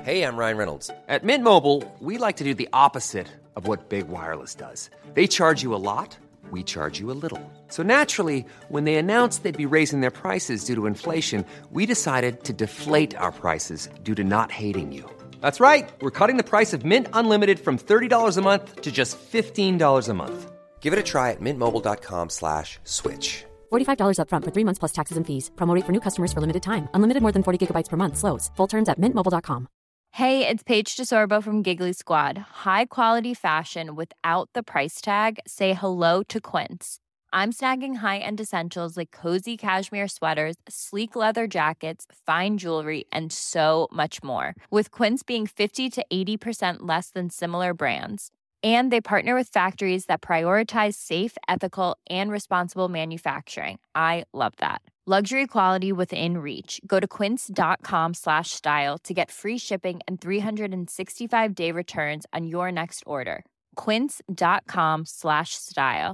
Hey, I'm Ryan Reynolds. At Mint Mobile, we like to do the opposite of what Big Wireless does. They charge you a lot, we charge you a little. So naturally, when they announced they'd be raising their prices due to inflation, we decided to deflate our prices due to not hating you. That's right. We're cutting the price of Mint Unlimited from $30 a month to just $15 a month. Give it a try at mintmobile.com/switch. $45 up front for 3 months plus taxes and fees. Promo rate for new customers for limited time. Unlimited more than 40 gigabytes per month. Slows full terms at mintmobile.com. Hey, it's Paige DeSorbo from Giggly Squad. High quality fashion without the price tag. Say hello to Quince. I'm snagging high-end essentials like cozy cashmere sweaters, sleek leather jackets, fine jewelry, and so much more. With Quince being 50 to 80% less than similar brands. And they partner with factories that prioritize safe, ethical, and responsible manufacturing. I love that. Luxury quality within reach. Go to quince.com/style to get free shipping and 365-day returns on your next order. Quince.com/style.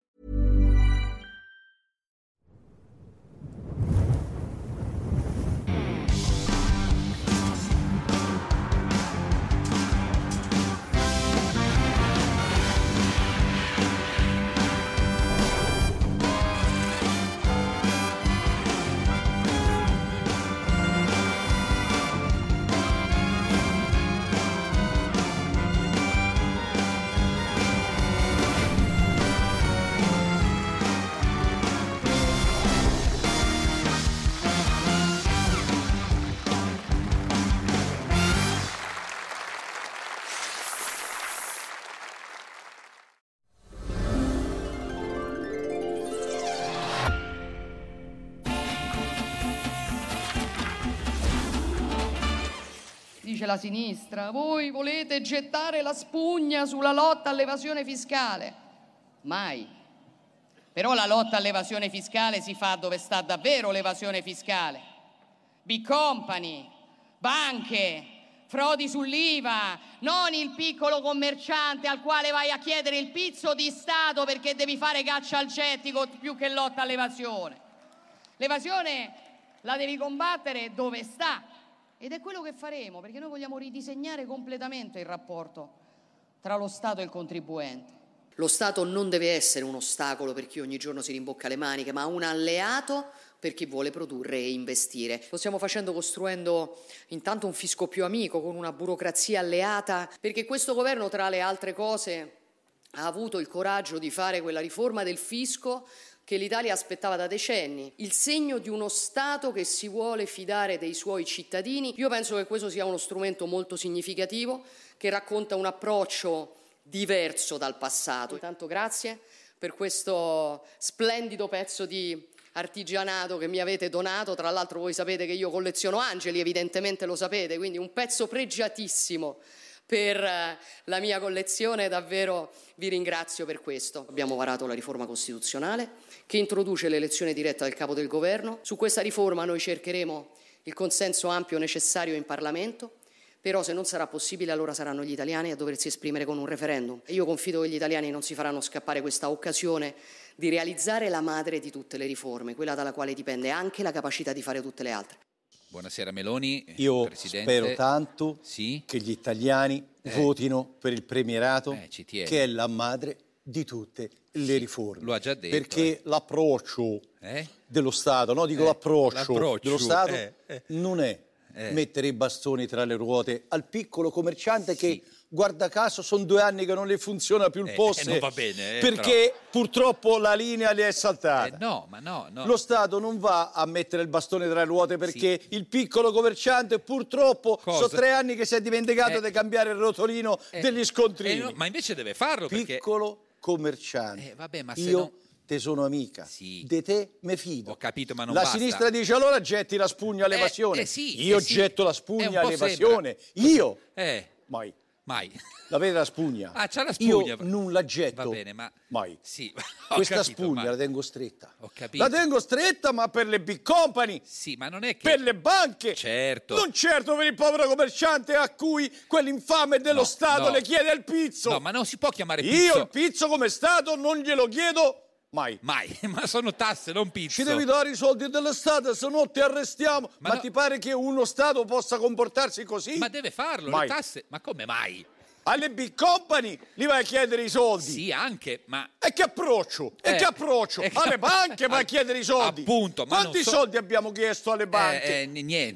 Dice la sinistra, voi volete gettare la spugna sulla lotta all'evasione fiscale. Mai. Però la lotta all'evasione fiscale si fa dove sta davvero l'evasione fiscale. Big company, banche, frodi sull'IVA, non il piccolo commerciante al quale vai a chiedere il pizzo di Stato perché devi fare caccia al gettito più che lotta all'evasione. L'evasione la devi combattere dove sta. Ed è quello che faremo, perché noi vogliamo ridisegnare completamente il rapporto tra lo Stato e il contribuente. Lo Stato non deve essere un ostacolo per chi ogni giorno si rimbocca le maniche, ma un alleato per chi vuole produrre e investire. Lo stiamo facendo costruendo intanto un fisco più amico, con una burocrazia alleata, perché questo governo, tra le altre cose, ha avuto il coraggio di fare quella riforma del fisco che l'Italia aspettava da decenni, il segno di uno Stato che si vuole fidare dei suoi cittadini. Io penso che questo sia uno strumento molto significativo, che racconta un approccio diverso dal passato. Tanto grazie per questo splendido pezzo di artigianato che mi avete donato. Tra l'altro voi sapete che io colleziono angeli, evidentemente lo sapete, quindi un pezzo pregiatissimo per la mia collezione. Davvero vi ringrazio per questo. Abbiamo varato la riforma costituzionale che introduce l'elezione diretta del capo del governo. Su questa riforma noi cercheremo il consenso ampio necessario in Parlamento, però se non sarà possibile allora saranno gli italiani a doversi esprimere con un referendum. E io confido che gli italiani non si faranno scappare questa occasione di realizzare la madre di tutte le riforme, quella dalla quale dipende anche la capacità di fare tutte le altre. Buonasera Meloni, Io Presidente. spero tanto Sì? che gli italiani votino per il premierato, ci tieni. che è la madre di tutte le riforme. Lo ha già detto. Perché l'approccio dello Stato, no? Dico l'approccio, dello Stato non è mettere i bastoni tra le ruote al piccolo commerciante che, guarda caso, sono 2 anni che non le funziona più il POS, non va bene, perché purtroppo la linea le è saltata. No. Lo Stato non va a mettere il bastone tra le ruote perché il piccolo commerciante purtroppo sono 3 anni che si è dimenticato di cambiare il rotolino degli scontrini. Ma invece deve farlo piccolo commerciante. Vabbè, ma se io no... te sono amica, di te me fido. Ho capito, ma non la basta. sinistra dice allora getti la spugna all'evasione. Io getto la spugna all'evasione. Sembra. Io mai. La vede la spugna? C'ha la spugna. Io non la getto. Va bene, ma mai. Sì, questa capito, spugna la tengo stretta. Ho capito. La tengo stretta, ma per le big company. Sì, ma non è che per le banche. Certo. Non certo per il povero commerciante a cui quell'infame dello Stato le chiede il pizzo. No, ma non si può chiamare pizzo. Io il pizzo come Stato non glielo chiedo Mai. Ma sono tasse, non pizzo. Ci devi dare i soldi dello Stato, se no ti arrestiamo. Ma no. ti pare che uno Stato possa comportarsi così? Ma deve farlo, Mai. le tasse. Ma come mai? Alle big company gli vai a chiedere i soldi. Sì, anche, ma... E che approccio? Alle banche vai a chiedere i soldi. Appunto, ma quanti soldi abbiamo chiesto alle banche?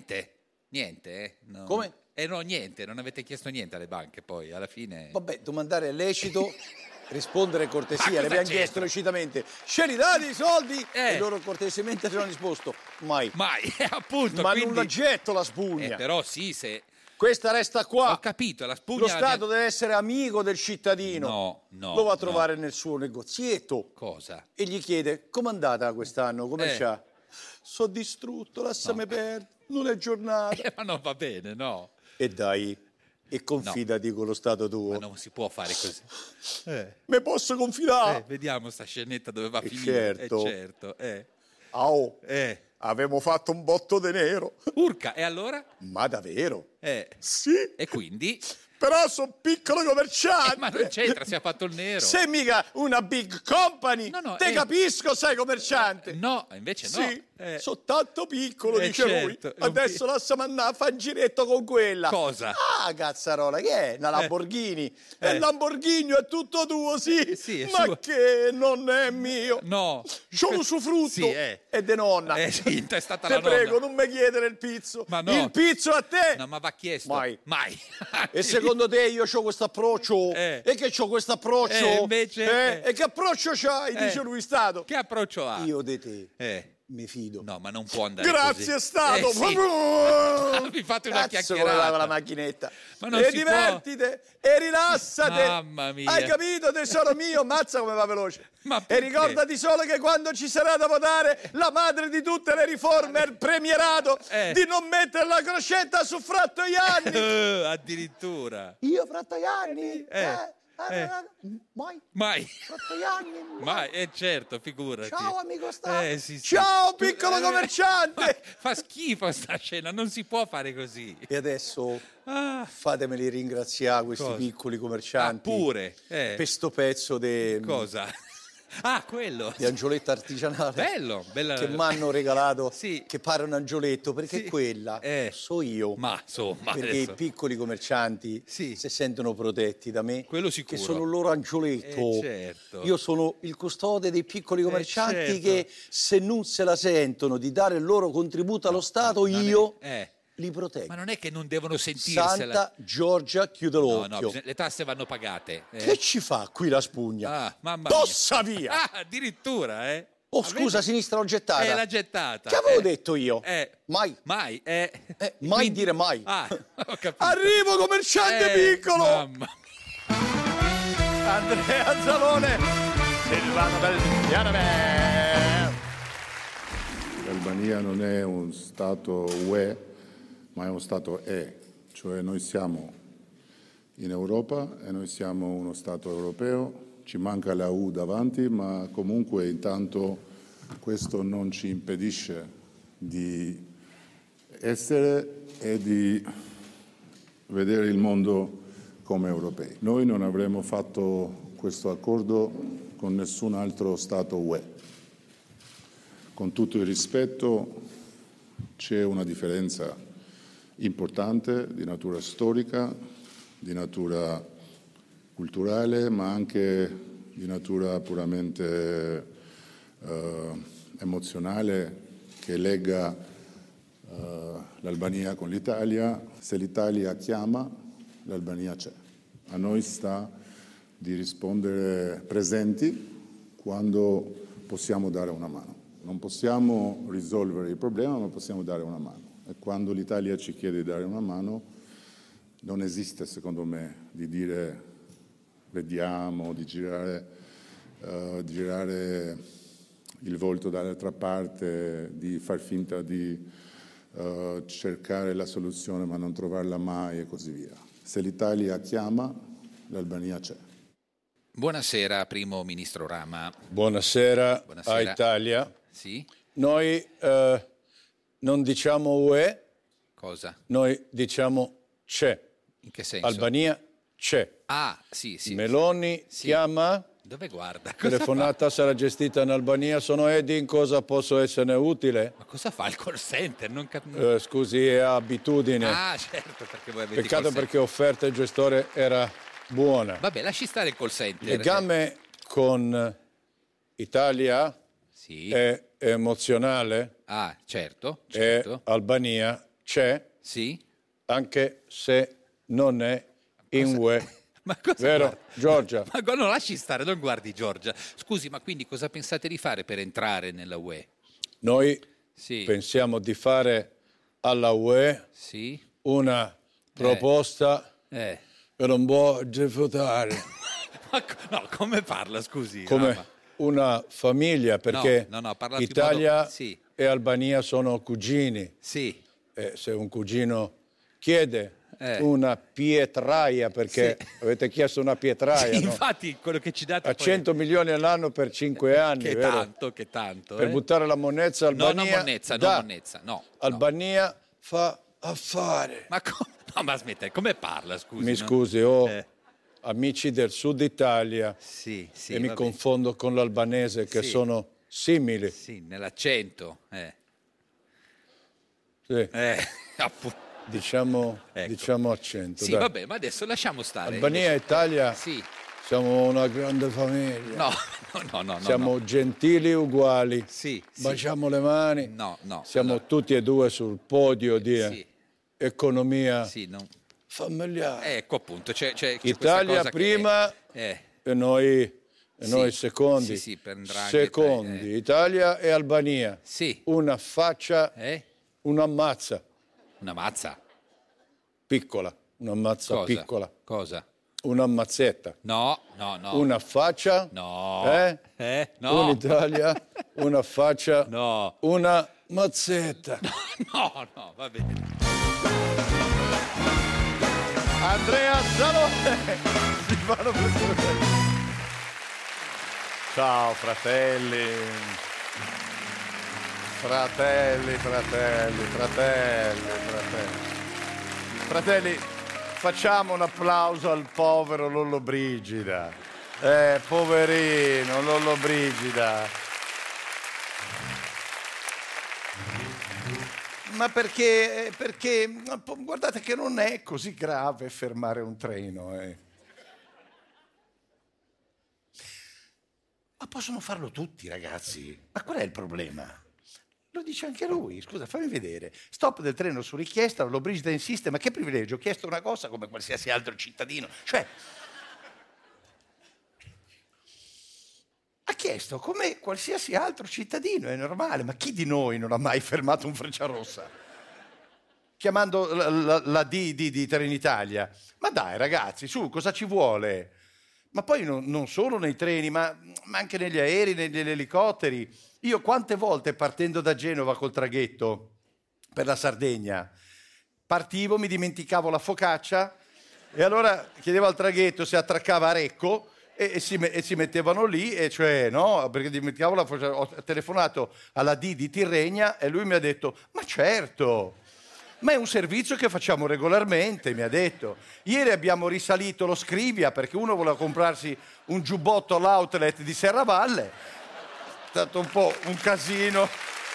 Niente. No. Come? No, niente, non avete chiesto niente alle banche poi, alla fine... Vabbè, domandare è lecito, rispondere cortesia. Ma Le abbiamo chiesto lecitamente. Ce li date i soldi? E loro cortesemente ci hanno risposto. Mai, appunto. Ma quindi... non la getto la spugna. Però sì, se... Questa resta qua. Ho capito, la spugna... Lo Stato deve essere amico del cittadino. No. Lo va a trovare nel suo negozietto. Cosa? E gli chiede, com'è andata quest'anno? Come c'ha? Sono distrutto, lasciami perdere. Non è giornata. Ma non va bene, no. E dai, e confidati con lo Stato tuo. Ma non si può fare così. Me posso confidare? Vediamo sta scenetta dove va a finire. Certo. Certo. Avevamo fatto un botto di nero. Urca, e allora? Ma davvero? Sì. E quindi? Però sono piccolo commerciante. Ma non c'entra, si è fatto il nero. Sei mica una big company. Te capisco, sei commerciante. No, invece no. Sì, sono tanto piccolo, dice certo, lui. Adesso lasciami andare a fare un giretto con quella. Cosa? Ah, cazzarola, che è? Una Lamborghini. E il Lamborghini è tutto tuo, sì. Ma suo. Che non è mio. No. C'ho l'usufrutto. Sì, è de nonna. Sì, è stata Te la nonna. prego, non mi chiedere il pizzo. Ma no. Il pizzo a te. No, ma va chiesto. Mai. E secondo te io c'ho questo approccio? E che c'ho questo approccio? Invece? E che approccio c'hai? Dice lui Stato. Che approccio ha? Io di te. Mi fido. No, ma non può andare Grazie così. Stato. Sì. Vi fate una chiacchierata con la macchinetta. Ma non e si divertite e rilassate. Mamma mia. Hai capito tesoro mio? Mazza come va veloce. Ma e ricordati solo che quando ci sarà da votare la madre di tutte le riforme al premierato di non mettere la crocetta su Frattoianni. Addirittura. Io Frattoianni? Mai. Frattoianni? Mai, certo, figurati. Ciao amico Stato. Sì. Ciao piccolo commerciante. Fa schifo sta scena, non si può fare così. E adesso fatemeli ringraziare questi piccoli commercianti. Pure. Per sto pezzo di... Cosa? Quello. Di angioletto artigianale. Bella. Che mi hanno regalato. Che pare un angioletto, perché quella so io. Ma insomma. Perché adesso... i piccoli commercianti si sentono protetti da me. Quello sicuro. Che sono il loro angioletto. Certo. Io sono il custode dei piccoli commercianti certo. che se non se la sentono di dare il loro contributo allo Stato, io... li proteggo. Ma non è che non devono sentirsela. Santa Giorgia chiude l'occhio. No, le tasse vanno pagate. Che ci fa qui la spugna? Mamma Tossa via! Addirittura, Oh, scusa, sinistra, l'ho gettata. l'ha gettata. Che avevo detto io? Mai. Mai. Mai dire mai. Ho capito. Arrivo, commerciante piccolo! Mamma. Andrea Zalone, Silvano del Pianame. L'Albania non è un Stato UE, ma è uno Stato cioè noi siamo in Europa e noi siamo uno Stato europeo, ci manca la U davanti, ma comunque intanto questo non ci impedisce di essere e di vedere il mondo come europei. Noi non avremmo fatto questo accordo con nessun altro Stato UE. Con tutto il rispetto c'è una differenza importante di natura storica, di natura culturale, ma anche di natura puramente emozionale che lega l'Albania con l'Italia. Se l'Italia chiama, l'Albania c'è. A noi sta di rispondere presenti quando possiamo dare una mano. Non possiamo risolvere il problema, ma possiamo dare una mano. E quando l'Italia ci chiede di dare una mano, non esiste, secondo me, di dire vediamo, di girare il volto dall'altra parte, di far finta di cercare la soluzione ma non trovarla mai e così via. Se l'Italia chiama, l'Albania c'è. Buonasera, primo ministro Rama. Buonasera a Italia. Sì? Noi non diciamo UE. Cosa? Noi diciamo c'è. In che senso? Albania c'è. Sì. Meloni chiama? Dove guarda? Telefonata sarà gestita in Albania. Sono Eddie, in cosa posso esserne utile? Ma cosa fa il call center? Non Scusi, è abitudine. Ah, certo, perché voi avete Peccato perché offerta il gestore era buona. Vabbè, lasci stare il call center. Il legame con Italia è emozionale. Ah, certo. E Albania c'è, sì, anche se non è in UE. Ma cosa vero, guarda? Giorgia? Ma no, lasci stare, non guardi Giorgia. Scusi, ma quindi cosa pensate di fare per entrare nella UE? Noi pensiamo di fare alla UE una proposta per un buon votare. No, come parla, scusi? Come una famiglia, perché parla Italia più modo... e Albania sono cugini. Sì. Se un cugino chiede una pietraia, perché avete chiesto una pietraia, sì, no? Infatti quello che ci date a 100 milioni all'anno per 5 anni, che vero? tanto per buttare la monnezza. Albania no. Albania fa affare. Ma no, ma aspetta, come parla, scusi? Mi scusi, amici del sud Italia e mi confondo con l'albanese, che sono simili. Sì, nell'accento. Sì. Appunto. Diciamo accento. Sì, dai. Vabbè, ma adesso lasciamo stare. Albania e Italia siamo una grande famiglia. No. Siamo gentili uguali. Baciamo le mani. No. Siamo tutti e due sul podio di economia familiare. Ecco, appunto. C'è Italia prima e noi secondi. Secondi. Italia e Albania. Una faccia, una mazza. Una mazza? Piccola, una mazza piccola. Cosa? Una mazzetta. No. Una faccia. No. No. Un'Italia, una faccia. No. Una mazzetta. No, va bene. Andrea Zalone. Silvano Berlusconi. Ciao fratelli. Fratelli, facciamo un applauso al povero Lollobrigida. Poverino Lollobrigida. Ma perché guardate che non è così grave fermare un treno. Ma possono farlo tutti, ragazzi. Ma qual è il problema? Lo dice anche lui. Scusa, fammi vedere. Stop del treno su richiesta, Lollobrigida insiste, ma che privilegio? Ho chiesto una cosa come qualsiasi altro cittadino. Cioè, ha chiesto come qualsiasi altro cittadino, è normale. Ma chi di noi non ha mai fermato un Frecciarossa? Chiamando la D di Trenitalia. Ma dai, ragazzi, su, cosa ci vuole? Ma poi non solo nei treni, ma anche negli aerei, negli elicotteri. Io quante volte partendo da Genova col traghetto per la Sardegna, partivo, mi dimenticavo la focaccia e allora chiedevo al traghetto se attraccava a Recco e si mettevano lì, e cioè no, perché dimenticavo la focaccia. Ho telefonato alla D di Tirrenia e lui mi ha detto: ma certo! Ma è un servizio che facciamo regolarmente, mi ha detto. Ieri abbiamo risalito lo Scrivia perché uno voleva comprarsi un giubbotto all'outlet di Serravalle. È stato un po' un casino.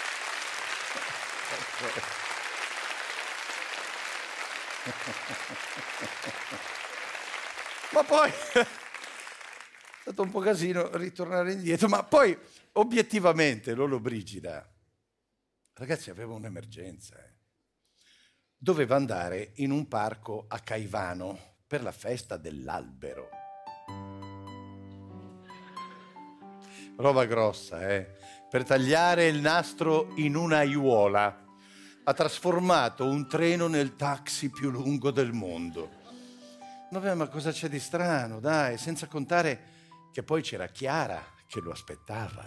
Ma poi è stato un po' casino ritornare indietro. Ma poi, obiettivamente, Lollobrigida, ragazzi, aveva un'emergenza. Doveva andare in un parco a Caivano per la festa dell'albero. Roba grossa, per tagliare il nastro in una aiuola. Ha trasformato un treno nel taxi più lungo del mondo. Vabbè, ma cosa c'è di strano, dai, senza contare che poi c'era Chiara che lo aspettava,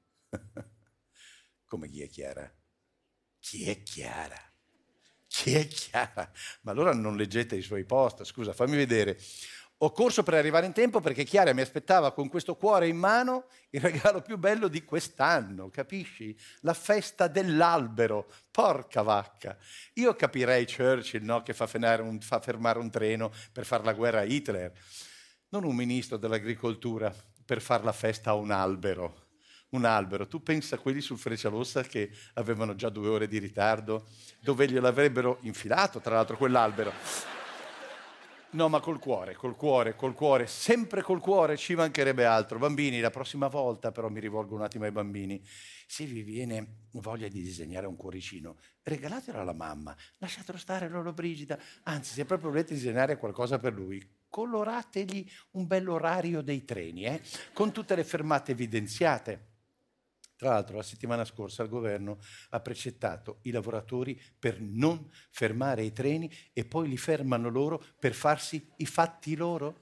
Come chi è Chiara? Chi è Chiara? Chi è Chiara? Ma allora non leggete i suoi post, scusa, fammi vedere. Ho corso per arrivare in tempo perché Chiara mi aspettava con questo cuore in mano, il regalo più bello di quest'anno, capisci? La festa dell'albero, porca vacca. Io capirei Churchill, no, che fa fermare un treno per fare la guerra a Hitler. Non un ministro dell'agricoltura, per far la festa a un albero. Un albero, tu pensa a quelli sul Frecciarossa che avevano già 2 ore di ritardo, dove gliel'avrebbero infilato, tra l'altro, quell'albero. No, ma col cuore, sempre col cuore, ci mancherebbe altro. Bambini, la prossima volta, però mi rivolgo un attimo ai bambini, se vi viene voglia di disegnare un cuoricino, regalatelo alla mamma, lasciatelo stare Lollobrigida, anzi, se proprio volete disegnare qualcosa per lui, colorategli un bell'orario dei treni, con tutte le fermate evidenziate. Tra l'altro la settimana scorsa il governo ha precettato i lavoratori per non fermare i treni e poi li fermano loro per farsi i fatti loro?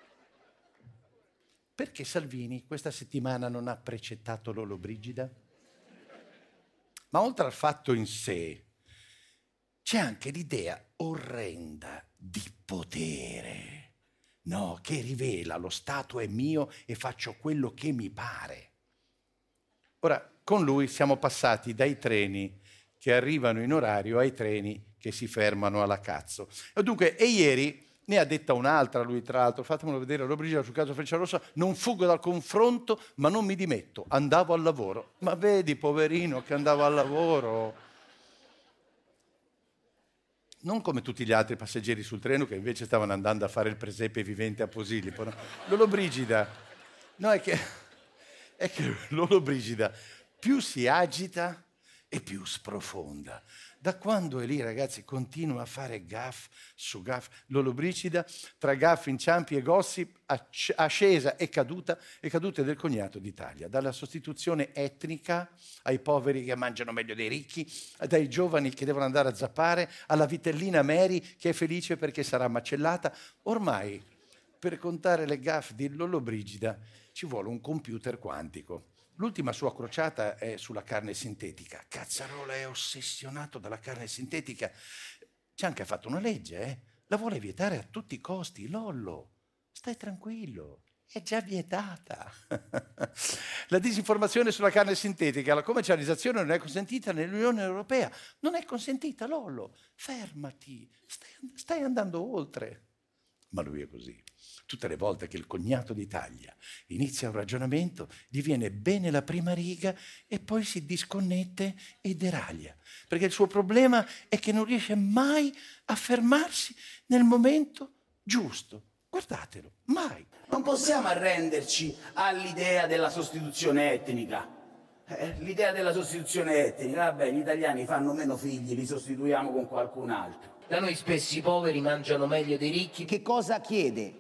Perché Salvini questa settimana non ha precettato Lollobrigida? Ma oltre al fatto in sé, c'è anche l'idea orrenda di potere, no, che rivela lo Stato è mio e faccio quello che mi pare. Ora, con lui siamo passati dai treni che arrivano in orario ai treni che si fermano alla cazzo. E dunque, ieri ne ha detta un'altra, lui tra l'altro, fatemelo vedere, Lollobrigida sul caso Frecciarossa, non fuggo dal confronto, ma non mi dimetto, andavo al lavoro. Ma vedi, poverino, che andava al lavoro. Non come tutti gli altri passeggeri sul treno che invece stavano andando a fare il presepe vivente a Posillipo. No? Lollobrigida, no, è che Lollobrigida più si agita e più sprofonda. Da quando è lì, ragazzi, continua a fare gaff su gaff. Lollobrigida, tra gaff, inciampi e gossip, ascesa e cadute del cognato d'Italia. Dalla sostituzione etnica ai poveri che mangiano meglio dei ricchi, dai giovani che devono andare a zappare, alla vitellina Mary che è felice perché sarà macellata. Ormai, per contare le gaff di Lollobrigida, ci vuole un computer quantico. L'ultima sua crociata è sulla carne sintetica. Cazzarola è ossessionato dalla carne sintetica. C'è anche fatto una legge, La vuole vietare a tutti i costi. Lollo, stai tranquillo, è già vietata. La disinformazione sulla carne sintetica, la commercializzazione non è consentita nell'Unione Europea. Non è consentita, Lollo. Fermati, stai andando oltre. Ma lui è così. Tutte le volte che il cognato d'Italia inizia un ragionamento, gli viene bene la prima riga e poi si disconnette e deraglia. Perché il suo problema è che non riesce mai a fermarsi nel momento giusto. Guardatelo, mai. Non possiamo arrenderci all'idea della sostituzione etnica. L'idea della sostituzione etnica, vabbè, gli italiani fanno meno figli, li sostituiamo con qualcun altro. Da noi spesso i poveri mangiano meglio dei ricchi. Che cosa chiede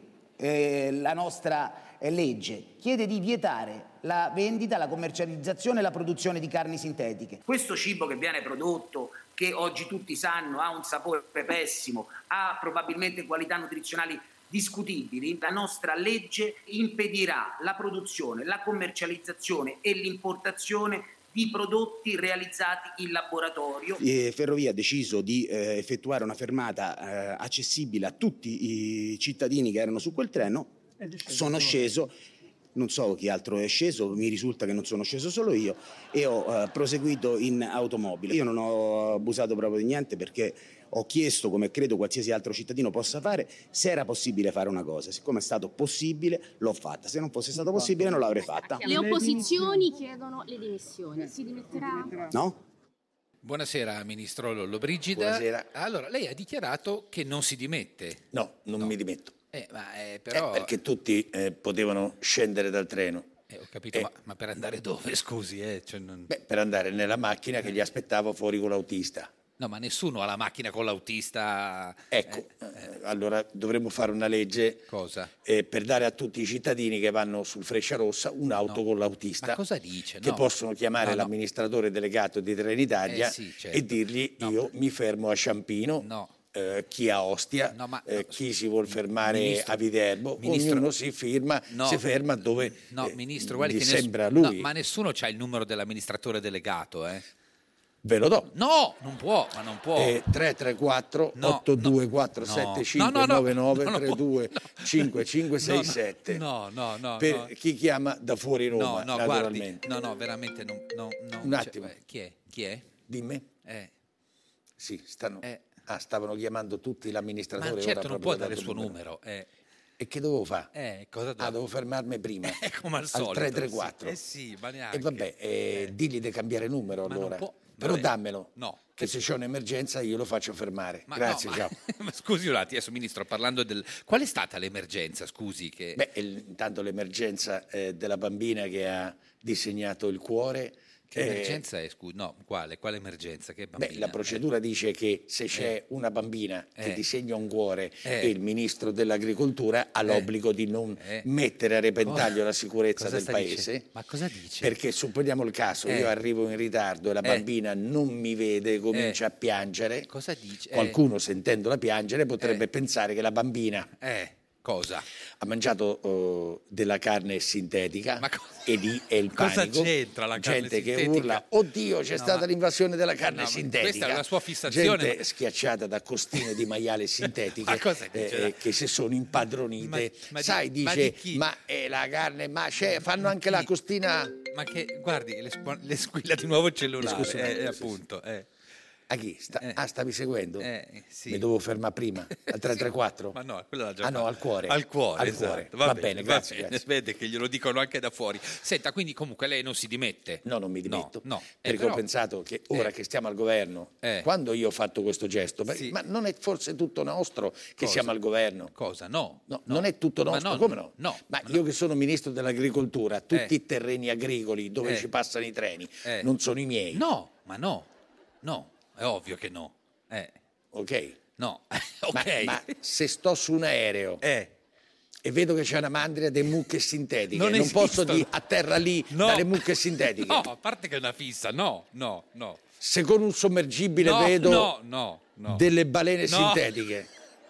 la nostra legge? Chiede di vietare la vendita, la commercializzazione e la produzione di carni sintetiche. Questo cibo che viene prodotto, che oggi tutti sanno ha un sapore pessimo, ha probabilmente qualità nutrizionali discutibili, la nostra legge impedirà la produzione, la commercializzazione e l'importazione di prodotti realizzati in laboratorio. Ferrovia ha deciso di effettuare una fermata accessibile a tutti i cittadini che erano su quel treno. Sono sceso, non so chi altro è sceso, mi risulta che non sono sceso solo io, e ho proseguito in automobile. Io non ho abusato proprio di niente, perché ho chiesto, come credo qualsiasi altro cittadino possa fare, se era possibile fare una cosa. Siccome è stato possibile, l'ho fatta. Se non fosse stato possibile, non l'avrei fatta. Le opposizioni chiedono le dimissioni. Si dimetterà? No? Buonasera, Ministro Lollobrigida. Buonasera. Allora, lei ha dichiarato che non si dimette. No, non mi dimetto. Però... perché tutti potevano scendere dal treno. Ho capito, ma per andare dove, scusi? Per andare nella macchina che gli aspettavo fuori con l'autista. No, ma nessuno ha la macchina con l'autista. Ecco, allora dovremmo fare una legge. Cosa? Per dare a tutti i cittadini che vanno sul Frecciarossa un'auto con l'autista. Ma cosa dice? Che possono chiamare l'amministratore delegato di Trenitalia e dirgli io mi fermo a Ciampino. Chi a Ostia, chi si vuol fermare a Viterbo, ognuno si ferma dove Ministro, guardi gli che sembra lui. ma nessuno c'ha il numero dell'amministratore delegato, Ve lo do. No, non può, ma non può. 334 82475 99 32 5567. No. Per chi chiama da fuori Roma, naturalmente. Guardi, no, veramente no. Un attimo. Chi è? Dimmi. Sì, stavano chiamando tutti l'amministratore. Ma certo non può dare il suo numero. E che dovevo fare? Dovevo fermarmi prima. Come al solito. Al 334. Sì, ma neanche. E vabbè, digli di cambiare numero allora. Però dammelo. No. Che se c'è un'emergenza io lo faccio fermare. Grazie, ciao. Ma scusi un attimo, adesso Ministro, parlando qual è stata l'emergenza, scusi? Intanto l'emergenza della bambina che ha disegnato il cuore. Che emergenza è, scusi? No, quale emergenza? Che bambina? La procedura dice che se c'è una bambina che disegna un cuore e il Ministro dell'Agricoltura ha l'obbligo di non mettere a repentaglio la sicurezza del Paese. Ma cosa dice? Perché supponiamo il caso, io arrivo in ritardo e la bambina non mi vede, comincia a piangere. Cosa dice? Qualcuno sentendola piangere potrebbe pensare che la bambina... Cosa? Ha mangiato della carne sintetica e lì è il panico. Cosa c'entra la carne gente sintetica? Che urla, oddio c'è stata l'invasione della carne sintetica. Questa è una sua fissazione. Gente schiacciata da costine di maiale sintetiche che si sono impadronite. Ma è la carne, fanno anche la costina. Ma che, guardi, le squilla di nuovo il cellulare, appunto. A chi? Stavi seguendo? Sì. Mi dovevo fermare prima, al 334? Ma no, quella l'ha già no, al cuore. Al cuore, esatto. Va bene, grazie. Vede che glielo dicono anche da fuori. Senta, quindi comunque lei non si dimette? No, non mi dimetto. No. Perché ho pensato che ora che stiamo al governo, quando io ho fatto questo gesto, ma non è forse tutto nostro che siamo al governo? Cosa? No. Non è tutto nostro, come no? No. Ma io che sono Ministro dell'Agricoltura, tutti i terreni agricoli dove ci passano i treni non sono i miei. No. È ovvio che no. Ok. No. Ok. Ma se sto su un aereo e vedo che c'è una mandria di mucche sintetiche, non posso dire a terra lì dalle mucche sintetiche. No, a parte che è una fissa, no. Se con un sommergibile vedo delle balene sintetiche.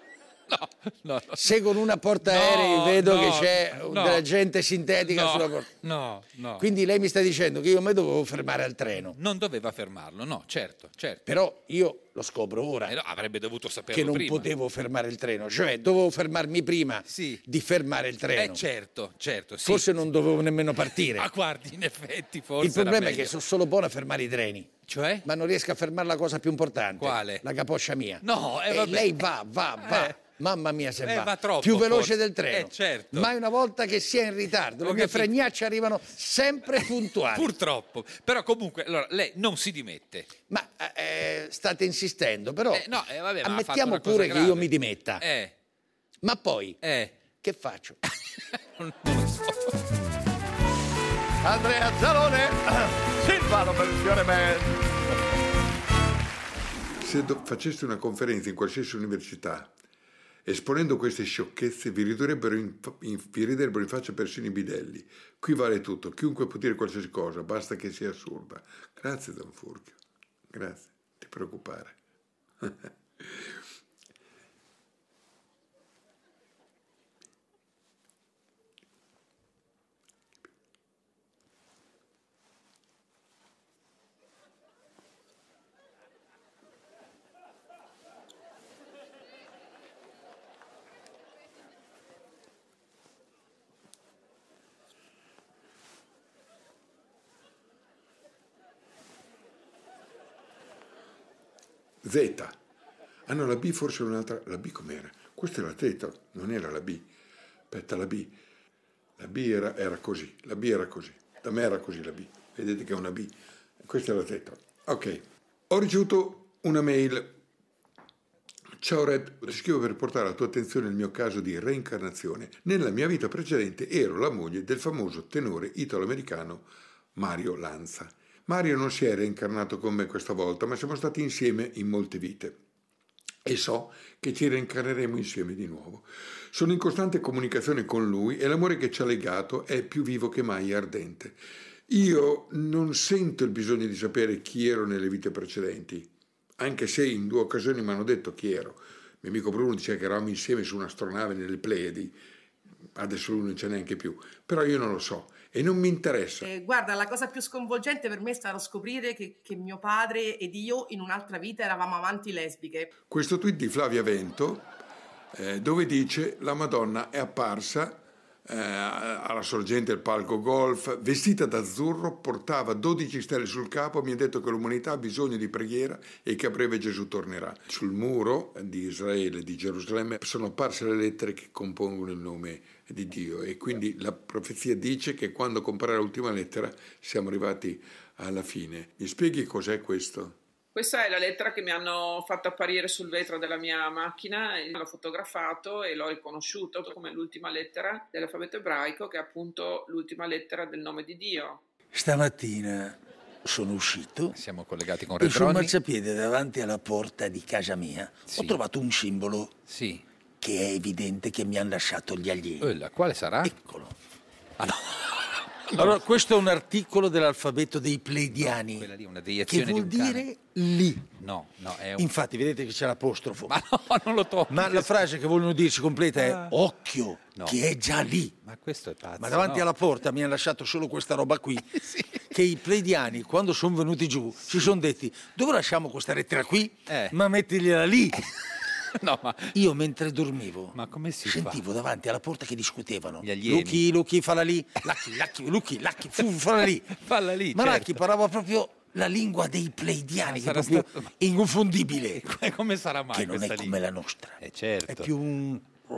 No. Se con una portaerei vedo che c'è della gente sintetica sulla porta. No. Quindi lei mi sta dicendo che io mi dovevo fermare al treno. Non doveva fermarlo, no, certo. Però io lo scopro ora. Avrebbe dovuto saperlo che non prima. potevo fermare il treno, cioè dovevo fermarmi prima di fermare il treno. Certo. Sì. Forse non dovevo nemmeno partire. Ma guardi, in effetti forse il problema è che sono solo buono a fermare i treni. Cioè? Ma non riesco a fermare la cosa più importante. Quale? La capoccia mia. No, e lei va. Mamma mia se va troppo, più veloce forse. del treno. Certo. Mai una volta che sia in ritardo. Le mie fregnacce arrivano sempre puntuali. Purtroppo. Però comunque, allora, lei non si dimette. Ma state insistendo, però vabbè, ammettiamo pure che io mi dimetta. Ma poi, che faccio? Non lo so. Andrea Zalone, Silvano Pensione Man. Se faceste una conferenza in qualsiasi università esponendo queste sciocchezze vi riderebbero in faccia persino i bidelli. Qui vale tutto, chiunque può dire qualsiasi cosa, basta che sia assurda. Grazie Don Furchio, grazie, non ti preoccupare. Z. Ah no, la B forse è un'altra. La B com'era? Questa è la teta, non era la B. Aspetta, la B. La B era così. La B era così. Da me era così la B. Vedete che è una B. Questa è la teta. Ok. Ho ricevuto una mail. Ciao Red, ti scrivo per portare alla tua attenzione il mio caso di reincarnazione. Nella mia vita precedente ero la moglie del famoso tenore italo-americano Mario Lanza. Mario non si è reincarnato con me questa volta, ma siamo stati insieme in molte vite e so che ci reincarneremo insieme di nuovo. Sono in costante comunicazione con lui e l'amore che ci ha legato è più vivo che mai ardente. Io non sento il bisogno di sapere chi ero nelle vite precedenti, anche se in 2 occasioni mi hanno detto chi ero. Il mio amico Bruno diceva che eravamo insieme su un'astronave nelle Pleiadi, adesso lui non c'è neanche più, però io non lo so. E non mi interessa. Guarda, la cosa più sconvolgente per me è stato scoprire che mio padre ed io in un'altra vita eravamo amanti lesbiche. Questo tweet di Flavia Vento dove dice la Madonna è apparsa alla sorgente del palco golf, vestita d'azzurro, portava 12 stelle sul capo, mi ha detto che l'umanità ha bisogno di preghiera e che a breve Gesù tornerà. Sul muro di Israele, di Gerusalemme, sono apparse le lettere che compongono il nome di Dio, e quindi la profezia dice che quando comparirà l'ultima lettera siamo arrivati alla fine. Mi spieghi cos'è questo? Questa è la lettera che mi hanno fatto apparire sul vetro della mia macchina, e l'ho fotografato e l'ho riconosciuto come l'ultima lettera dell'alfabeto ebraico, che è appunto l'ultima lettera del nome di Dio. Stamattina sono uscito, siamo collegati con e sul Redroni, marciapiede davanti alla porta di casa mia ho trovato un simbolo che è evidente che mi hanno lasciato gli alieni. Quale sarà? Eccolo. Allora, questo è un articolo dell'alfabeto dei Pleiadiani, quella lì, una che vuol dire lì. No, è Infatti, vedete che c'è l'apostrofo. Ma no, non lo tocco. Ma la frase che vogliono dirci completa è occhio, che è già lì. Ma questo è pazzo. Ma davanti alla porta mi hanno lasciato solo questa roba qui, che i Pleiadiani, quando sono venuti giù, si sono detti: dove lasciamo questa lettera qui? Ma mettigliela lì. No, ma io mentre dormivo sentivo davanti alla porta che discutevano. Gli alieni. Lucky, falla lì. Lucky, falla lì. Falla lì, ma certo. Lucky parlava proprio la lingua dei Pleiadiani, che è proprio inconfondibile. Come sarà mai che non questa è come lingua? la nostra. Certo. È più un...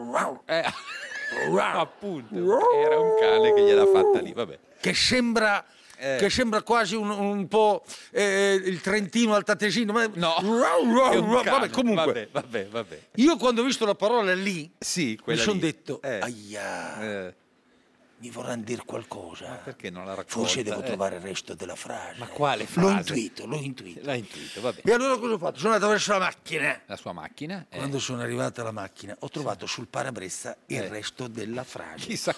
appunto, era un cane che gliel'ha fatta lì, vabbè. Che sembra quasi un po' il Trentino altatesino, ma no, vabbè, comunque vabbè. Io quando ho visto la parola lì mi sono detto ahia, mi vorranno dire qualcosa. Ma perché non la racconta? Forse devo trovare il resto della frase. Ma quale frase? L'ho intuito. L'ha intuito, vabbè. E allora cosa ho fatto? Sono andato verso la macchina. La sua macchina? Quando sono arrivata alla macchina ho trovato sul parabrezza il resto della frase. Chissà.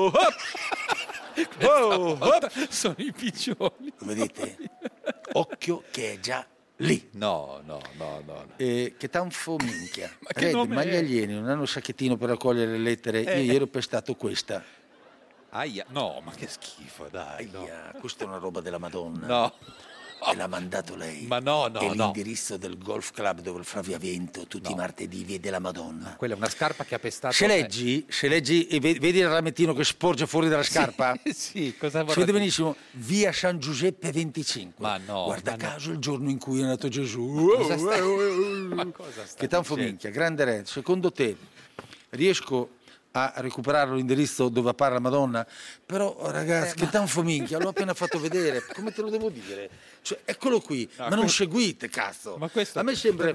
Sono i piccioni. Vedete? Occhio che è già lì. No. Che tanfo minchia. Ma che nome ma è? gli alieni non hanno il sacchettino per raccogliere le lettere. Io ieri ho pestato questa. Aia, no, ma che schifo, dai. Aia, questa è una roba della Madonna. No. E l'ha mandato lei. Ma no. È l'indirizzo del golf club dove il Flaviavento tutti i martedì vede la Madonna. Quella è una scarpa che ha pestato. Se leggi e vedi il ramettino che sporge fuori dalla scarpa? Sì, cosa vorrà si vede dire? benissimo. Via San Giuseppe 25. Ma no. Guarda caso il giorno in cui è nato Gesù. Ma cosa sta che tanfo dicendo? minchia, grande Re. Secondo te riesco a recuperare l'indirizzo dove appare la Madonna? Però ragazzi, che tanfo minchia, l'ho appena fatto vedere, come te lo devo dire? Cioè, eccolo qui, ma non seguite, cazzo. Ma questo... A me sembra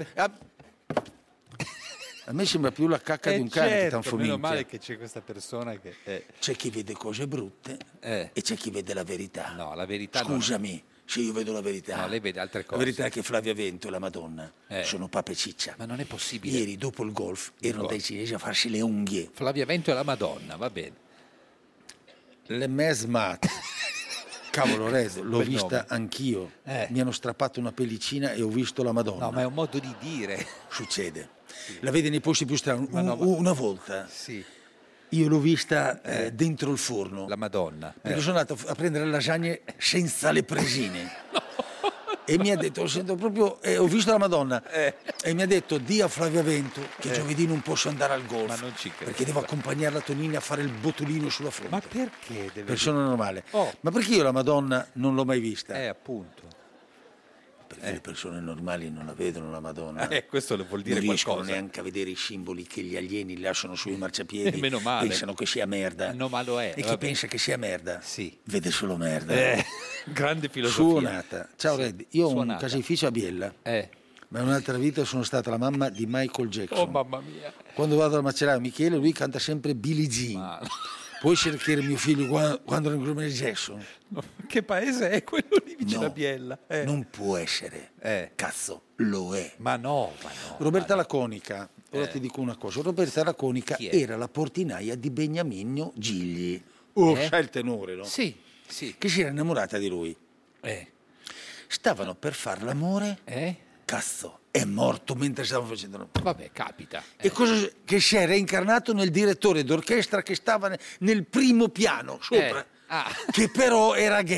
più la cacca di un cane che tanfo minchia. Meno male che c'è questa persona che... C'è chi vede cose brutte e c'è chi vede la verità. No, la verità Scusami, se io vedo la verità. No, lei vede altre cose. La verità è che Flaviavento e la Madonna sono pape ciccia. Ma non è possibile. Ieri, dopo il golf, erano dai cinesi a farsi le unghie. Flaviavento e la Madonna, va bene. Le mesmat. Cavolo, Red, l'ho vista anch'io. Mi hanno strappato una pellicina e ho visto la Madonna. No, ma è un modo di dire. Succede. La vede nei posti più strani. Una volta. Sì. Io l'ho vista dentro il forno. La Madonna. Perché sono andato a prendere le lasagne senza le presine. E mi ha detto, ho visto la Madonna. E mi ha detto, di a Flaviavento che giovedì non posso andare al golf. Ma non ci credo. Perché devo accompagnare la Tonini a fare il botulino sulla fronte. Ma perché deve... Persona normale. Oh. Ma perché io la Madonna non l'ho mai vista? Appunto. Perché le persone normali non la vedono la Madonna. Questo vuol dire non riescono qualcosa. neanche a vedere i simboli che gli alieni lasciano sui marciapiedi. Meno male. Pensano che sia merda. No, ma lo è. E chi pensa che sia merda vede solo merda. Grande filosofia. Suonata. Ciao Red, io ho un caseificio a Biella. Ma in un'altra vita sono stata la mamma di Michael Jackson. Oh mamma mia. Quando vado al macellaio Michele, lui canta sempre Billie Jean. Ma... Puoi cercare mio figlio quando era in Michael Jackson? No, che paese è quello lì vicino a Biella? Non può essere. Cazzo, lo è. Ma no. Roberta Laconica, ora ti dico una cosa. Roberta Laconica era la portinaia di Beniamino Gigli. Sai il tenore, no? Sì. Che si era innamorata di lui. Stavano per far l'amore. Cazzo, è morto mentre stavano facendo. Vabbè, capita. E cosa che si è reincarnato nel direttore d'orchestra che stava nel primo piano sopra, che però era gay.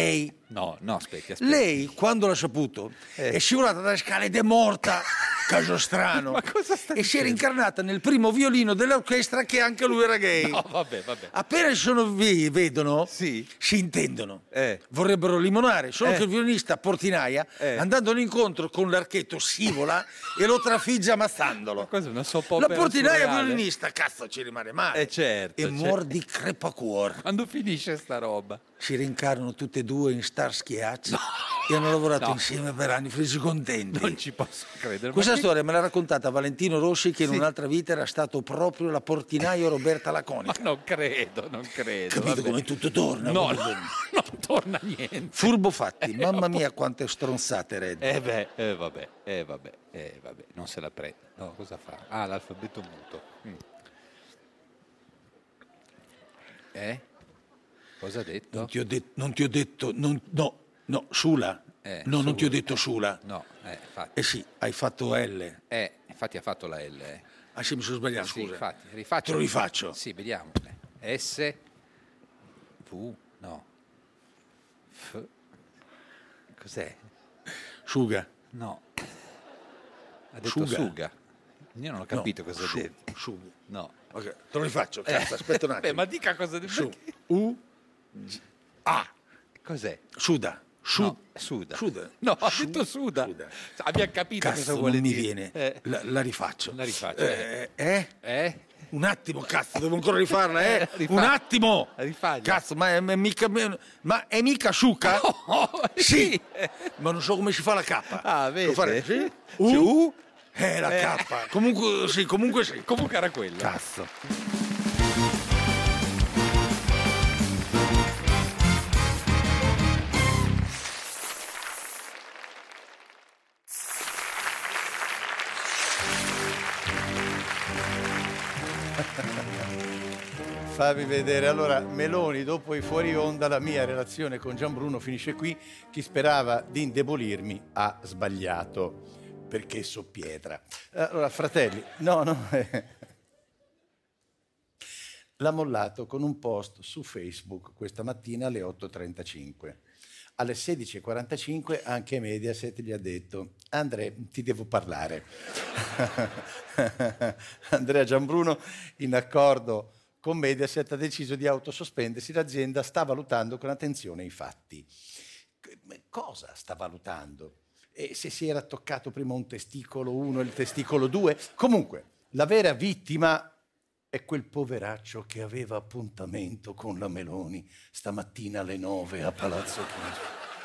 No, aspetti. Lei, quando l'ha saputo, è scivolata dalle scale ed è morta. Caso strano. Ma cosa sta E si era incarnata nel primo violino dell'orchestra, che anche lui era gay. No, vabbè. Appena vedono, si intendono. Vorrebbero limonare, solo che il violinista portinaia, andandolo incontro con l'archetto, scivola e lo trafigge ammazzandolo. Ma cosa, una soap opera La portinaia surreale? violinista, cazzo, ci rimane male. Certo. E muor di crepacuor. Quando finisce sta roba? Si rincarnano tutte e due in Starsky e Hutch e hanno lavorato insieme per anni, felici contenti. Non ci posso credere. Questa storia me l'ha raccontata Valentino Rossi, che in un'altra vita era stato proprio la portinaio Roberta Laconica. Ma non credo. Capito come tutto torna? No, non torna niente. Furbo fatti, mamma mia quante stronzate, Red. Vabbè, non se la prende. No, cosa fa? Ah, l'alfabeto muto. Cosa ha detto? Non ti ho detto, no, Sula. Non ti ho detto Sula. No, infatti. Sì, hai fatto L. Infatti ha fatto la L. Ah sì, mi sono sbagliato, Sì, scusa. infatti, rifaccio. Te lo rifaccio. Sì, vediamo. S, V, no. F. Cos'è? Suga. No. Ha detto suga. Io non ho capito cosa ha detto. Suga. No. Ok, te lo rifaccio, cazzo, aspetta un attimo. Ma dica cosa deve A. Cos'è? Suda. No, suda. No, ha detto suda. Abbiamo capito Cazzo, cosa vuole non dire. mi viene. La rifaccio. Un attimo, cazzo, devo ancora rifarla, Un attimo. Rifaglia. Cazzo, ma è mica Sciuca? Sì. Ma non so come si fa la K. Ah, vedi? Devo fare sì? La K. Comunque sì. Comunque era quello. Cazzo. Fammi vedere. Allora, Meloni, dopo i fuori onda, la mia relazione con Gianbruno finisce qui. Chi sperava di indebolirmi ha sbagliato, perché so pietra. Allora, fratelli, l'ha mollato con un post su Facebook questa mattina alle 8:35. Alle 16:45 anche Mediaset gli ha detto: Andrea, ti devo parlare. Andrea Gianbruno, in accordo con Mediaset, ha deciso di autosospendersi. L'azienda sta valutando con attenzione i fatti. Cosa sta valutando? E se si era toccato prima un testicolo 1 e il testicolo 2? Comunque, la vera vittima è quel poveraccio che aveva appuntamento con la Meloni stamattina alle 9 a Palazzo Chigi.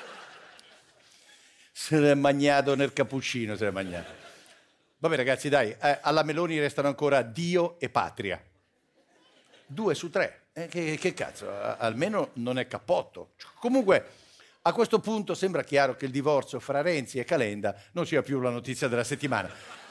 Se l'è magnato nel cappuccino, se l'è magnato. Vabbè ragazzi, dai, alla Meloni restano ancora Dio e patria. 2 su 3. Che cazzo, almeno non è cappotto. Comunque, a questo punto sembra chiaro che il divorzio fra Renzi e Calenda non sia più la notizia della settimana.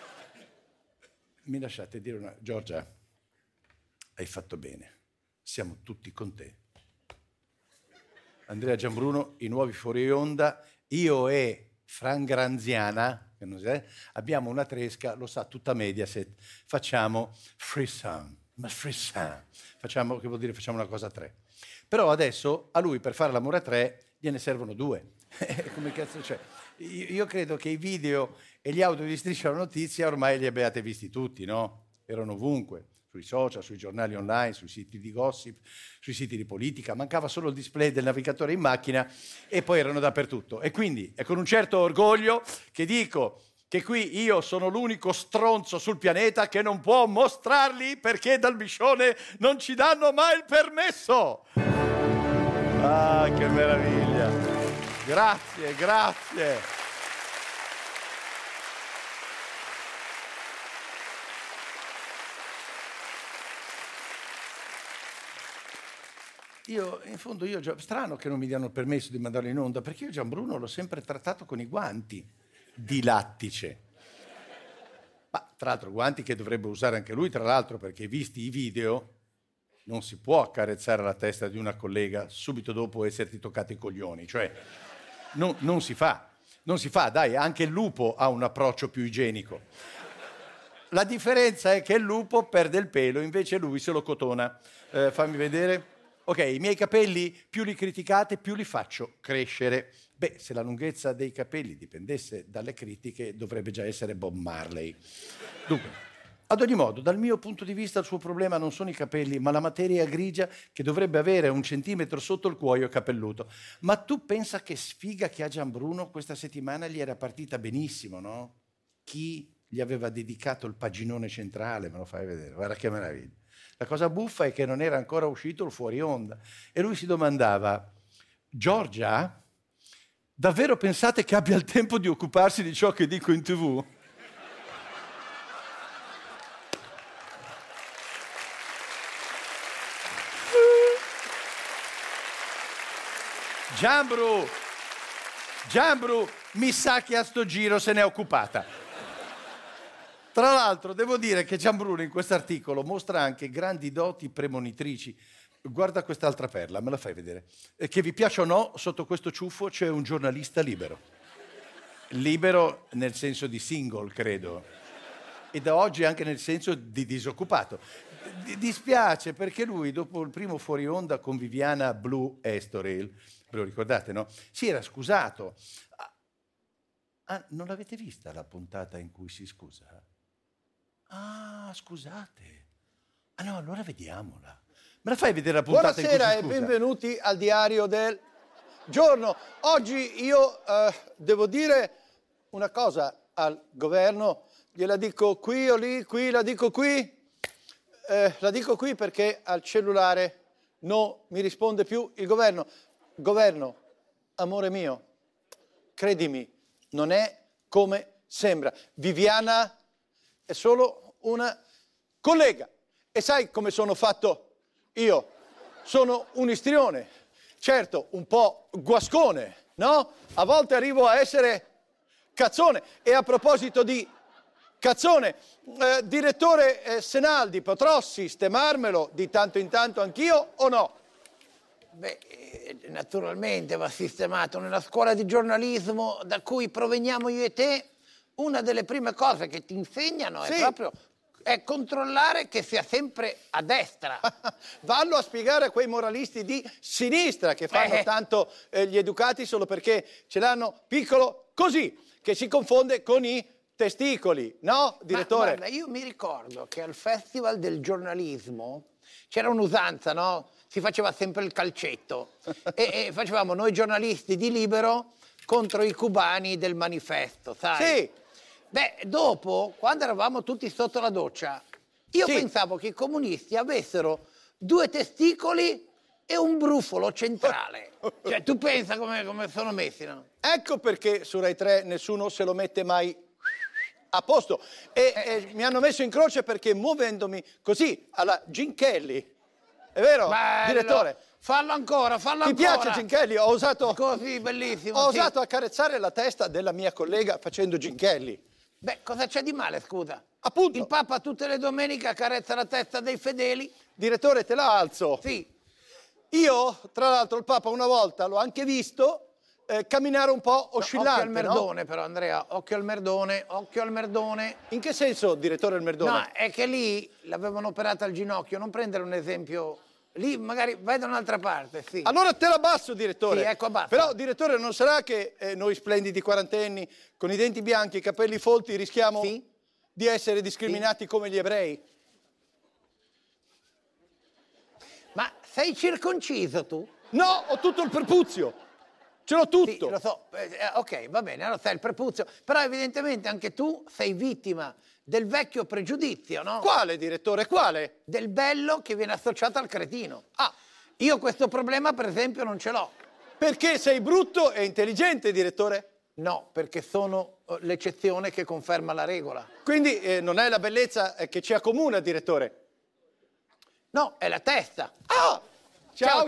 Mi lasciate dire una... Giorgia, hai fatto bene. Siamo tutti con te. Andrea Gianbruno, i nuovi fuori onda, io e Fran Granziana, che non so, abbiamo una tresca, lo sa tutta Mediaset, facciamo free sound. Ma free sound. Facciamo, che vuol dire facciamo una cosa a 3. Però adesso a lui per fare l'amore a 3 gliene servono 2. Come cazzo c'è? Io credo che i video e gli audio di Striscia la Notizia ormai li abbiate visti tutti, no? Erano ovunque, sui social, sui giornali online, sui siti di gossip, sui siti di politica. Mancava solo il display del navigatore in macchina e poi erano dappertutto. E quindi è con un certo orgoglio che dico che qui io sono l'unico stronzo sul pianeta che non può mostrarli perché dal Biscione non ci danno mai il permesso. Ah, che meraviglia. Grazie. In fondo, strano che non mi diano il permesso di mandarlo in onda, perché io Gianbruno l'ho sempre trattato con i guanti di lattice. Ma tra l'altro guanti che dovrebbe usare anche lui, tra l'altro, perché visti i video non si può accarezzare la testa di una collega subito dopo esserti toccati i coglioni, cioè non si fa, dai, anche il lupo ha un approccio più igienico. La differenza è che il lupo perde il pelo, invece lui se lo cotona. Fammi vedere. Ok, i miei capelli più li criticate, più li faccio crescere. Beh, se la lunghezza dei capelli dipendesse dalle critiche, dovrebbe già essere Bob Marley. Dunque, ad ogni modo, dal mio punto di vista il suo problema non sono i capelli, ma la materia grigia che dovrebbe avere 1 centimetro sotto il cuoio capelluto. Ma tu pensa che sfiga che ha Gianbruno questa settimana gli era partita benissimo, no? Chi gli aveva dedicato il paginone centrale, me lo fai vedere, guarda che meraviglia. La cosa buffa è che non era ancora uscito il fuori onda e lui si domandava: Giorgia, davvero pensate che abbia il tempo di occuparsi di ciò che dico in TV? Gianbru, mi sa che a sto giro se n'è occupata. Tra l'altro, devo dire che Gianbruno in quest'articolo mostra anche grandi doti premonitrici. Guarda quest'altra perla, me la fai vedere. Che vi piaccia o no, sotto questo ciuffo c'è un giornalista libero. Libero nel senso di single, credo. E da oggi anche nel senso di disoccupato. Dispiace perché lui, dopo il primo fuori onda con Viviana Blue Estoril, ve lo ricordate, no? Si era scusato. Ah, non l'avete vista la puntata in cui si scusa? Ah, scusate. Ah no, allora vediamola. Me la fai vedere la puntata in cui si scusa? Buonasera e benvenuti al diario del giorno. Oggi io devo dire una cosa al governo. Gliela dico qui o lì, qui la dico qui. La dico qui perché al cellulare non mi risponde più il governo. Governo, amore mio, credimi, non è come sembra. Viviana è solo una collega. E sai come sono fatto io? Sono un istrione, certo, un po' guascone, no? A volte arrivo a essere cazzone. E a proposito di cazzone, direttore Senaldi, potrò sistemarmelo di tanto in tanto anch'io o no? Beh, naturalmente va sistemato. Nella scuola di giornalismo da cui proveniamo io e te, una delle prime cose che ti insegnano è proprio controllare che sia sempre a destra. Vallo a spiegare a quei moralisti di sinistra che fanno tanto gli educati solo perché ce l'hanno piccolo così, che si confonde con i testicoli, no, direttore? Ma guarda, io mi ricordo che al Festival del giornalismo c'era un'usanza, no? Si faceva sempre il calcetto e facevamo noi giornalisti di Libero contro i cubani del Manifesto, sai? Sì. Beh, dopo, quando eravamo tutti sotto la doccia, io pensavo che i comunisti avessero 2 testicoli e un brufolo centrale. Cioè, tu pensa come sono messi, no? Ecco perché su Rai 3 nessuno se lo mette mai a posto. E mi hanno messo in croce perché muovendomi così, alla Gene Kelly. È vero, bello. Direttore? Fallo ancora. Ti piace Gene Kelly? Ho osato... Così, bellissimo. Ho osato accarezzare la testa della mia collega facendo Gene Kelly. Beh, cosa c'è di male, scusa? Appunto. Il Papa tutte le domeniche accarezza la testa dei fedeli. Direttore, te la alzo. Sì. Io, tra l'altro, il Papa una volta l'ho anche visto camminare un po' oscillante, occhio al merdone, però, Andrea, occhio al merdone. In che senso, direttore, il merdone? No, è che lì l'avevano operata al ginocchio, non prendere un esempio... Lì magari vai da un'altra parte, sì. Allora te la abbasso, direttore. Sì, ecco, abbassa. Però, direttore, non sarà che noi splendidi quarantenni, con i denti bianchi e i capelli folti, rischiamo di essere discriminati come gli ebrei? Ma sei circonciso tu? No, ho tutto il prepuzio. Ce l'ho tutto. Sì, lo so. Ok, va bene, allora sei il prepuzio. Però evidentemente anche tu sei vittima del vecchio pregiudizio, no? Quale, direttore, quale? Del bello che viene associato al cretino. Ah, io questo problema per esempio non ce l'ho. Perché sei brutto e intelligente, direttore? No, perché sono l'eccezione che conferma la regola. Quindi non è la bellezza che ci accomuna, direttore? No, è la testa. Ah! Ciao.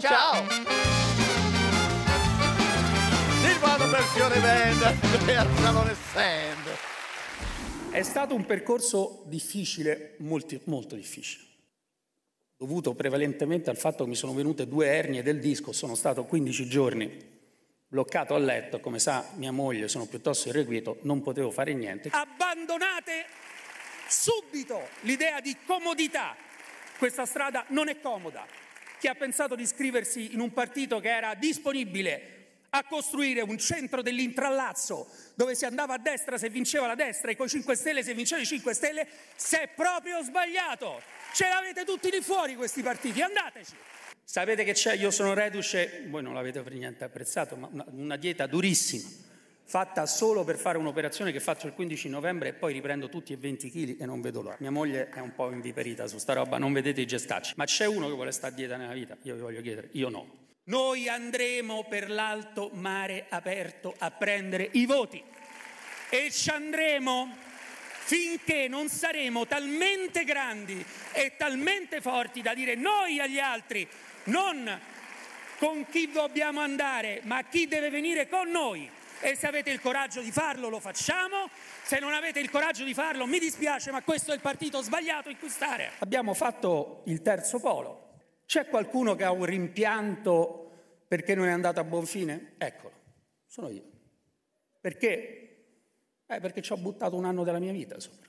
Silvano versione band e al Salone Stand. È stato un percorso difficile, molto difficile, dovuto prevalentemente al fatto che mi sono venute 2 ernie del disco, sono stato 15 giorni bloccato a letto, come sa mia moglie, sono piuttosto irrequieto, non potevo fare niente. Abbandonate subito l'idea di comodità, questa strada non è comoda, chi ha pensato di iscriversi in un partito che era disponibile a costruire un centro dell'intrallazzo dove si andava a destra se vinceva la destra e coi 5 Stelle se vinceva i 5 Stelle, si è proprio sbagliato. Ce l'avete tutti lì fuori questi partiti, andateci. Sapete che c'è, io sono reduce, voi non l'avete per niente apprezzato, ma una dieta durissima, fatta solo per fare un'operazione che faccio il 15 novembre e poi riprendo tutti e 20 kg e non vedo l'ora. Mia moglie è un po' inviperita su sta roba, non vedete i gestacci. Ma c'è uno che vuole stare a dieta nella vita? Io vi voglio chiedere, io no. Noi andremo per l'alto mare aperto a prendere i voti e ci andremo finché non saremo talmente grandi e talmente forti da dire noi agli altri, non con chi dobbiamo andare, ma chi deve venire con noi. E se avete il coraggio di farlo, lo facciamo. Se non avete il coraggio di farlo, mi dispiace, ma questo è il partito sbagliato in cui stare. Abbiamo fatto il terzo polo. C'è qualcuno che ha un rimpianto perché non è andato a buon fine? Eccolo, sono io. Perché? Perché ci ho buttato un anno della mia vita sopra.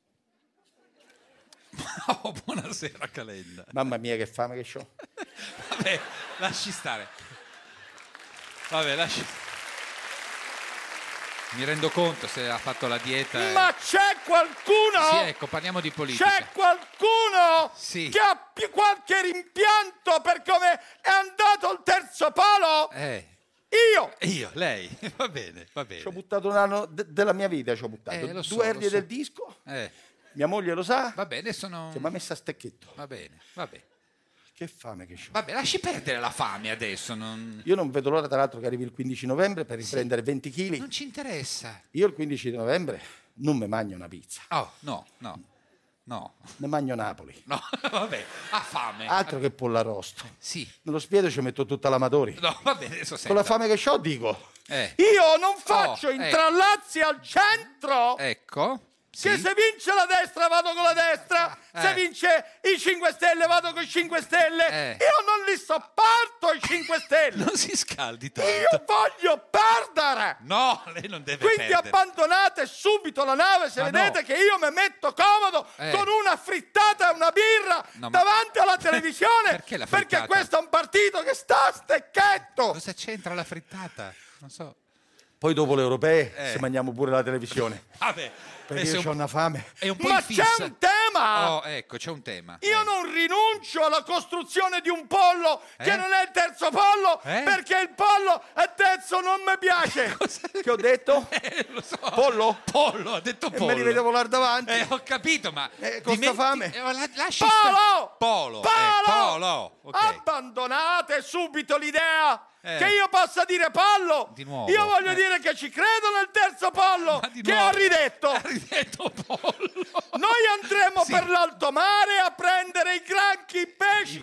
Oh, buonasera Calenda. Mamma mia che fame che c'ho. Vabbè, lasci stare. Vabbè, lasci. Mi rendo conto se ha fatto la dieta. Ma c'è qualcuno? Sì, ecco, parliamo di politica. C'è qualcuno sì. che ha più qualche rimpianto per come è andato il terzo polo? Io, lei, va bene, va bene. Ci ho buttato un anno della mia vita, ci ho buttato. Lo so, 2 ernie lo so. del disco. Mia moglie lo sa. Va bene, adesso non... Che mi ha messo a stecchetto. Va bene, va bene. Che fame che c'ho. Vabbè, lasci perdere la fame adesso. Non... Io non vedo l'ora, tra l'altro, che arrivi il 15 novembre per riprendere 20 kg. Non ci interessa. Io il 15 novembre non mi mangio una pizza. Oh, no. Ne mangio Napoli. No, vabbè, ha fame. Altro che pollo arrosto. Sì. Nello spiedo ci metto tutta l'amatori. No, va bene, adesso Con la fame che c'ho dico. Io non faccio intrallazzi al centro. Ecco. Che se vince la destra vado con la destra, se vince i 5 Stelle vado con i 5 Stelle. Io non li sopporto i 5 Stelle. Non si scaldi tanto. Io voglio perdere. No, lei non deve Quindi perdere. abbandonate subito la nave se vedete che io mi metto comodo con una frittata e una birra davanti alla televisione. Perché la frittata? Perché questo è un partito che sta a stecchetto. Cosa c'entra la frittata? Non so. Poi dopo le europee se mangiamo pure la televisione. Vabbè. Perché io ho una fame. È un po' Ma in fissa. c'è un tema! Oh, ecco, c'è un tema. Io non rinuncio alla costruzione di un pollo che non è il terzo pollo perché il pollo è terzo non mi piace. Che ho detto? Lo so. Pollo? Pollo, ha detto pollo. E me li vedo volare davanti. Ho capito, ma... con sta fame. Lasci Polo! Polo! Okay. Abbandonate subito l'idea che io possa dire pollo. Di nuovo. Io voglio dire che ci credo nel terzo pollo che ho ridetto. Pollo. Noi andremo per l'alto mare a prendere i granchi, i pesci,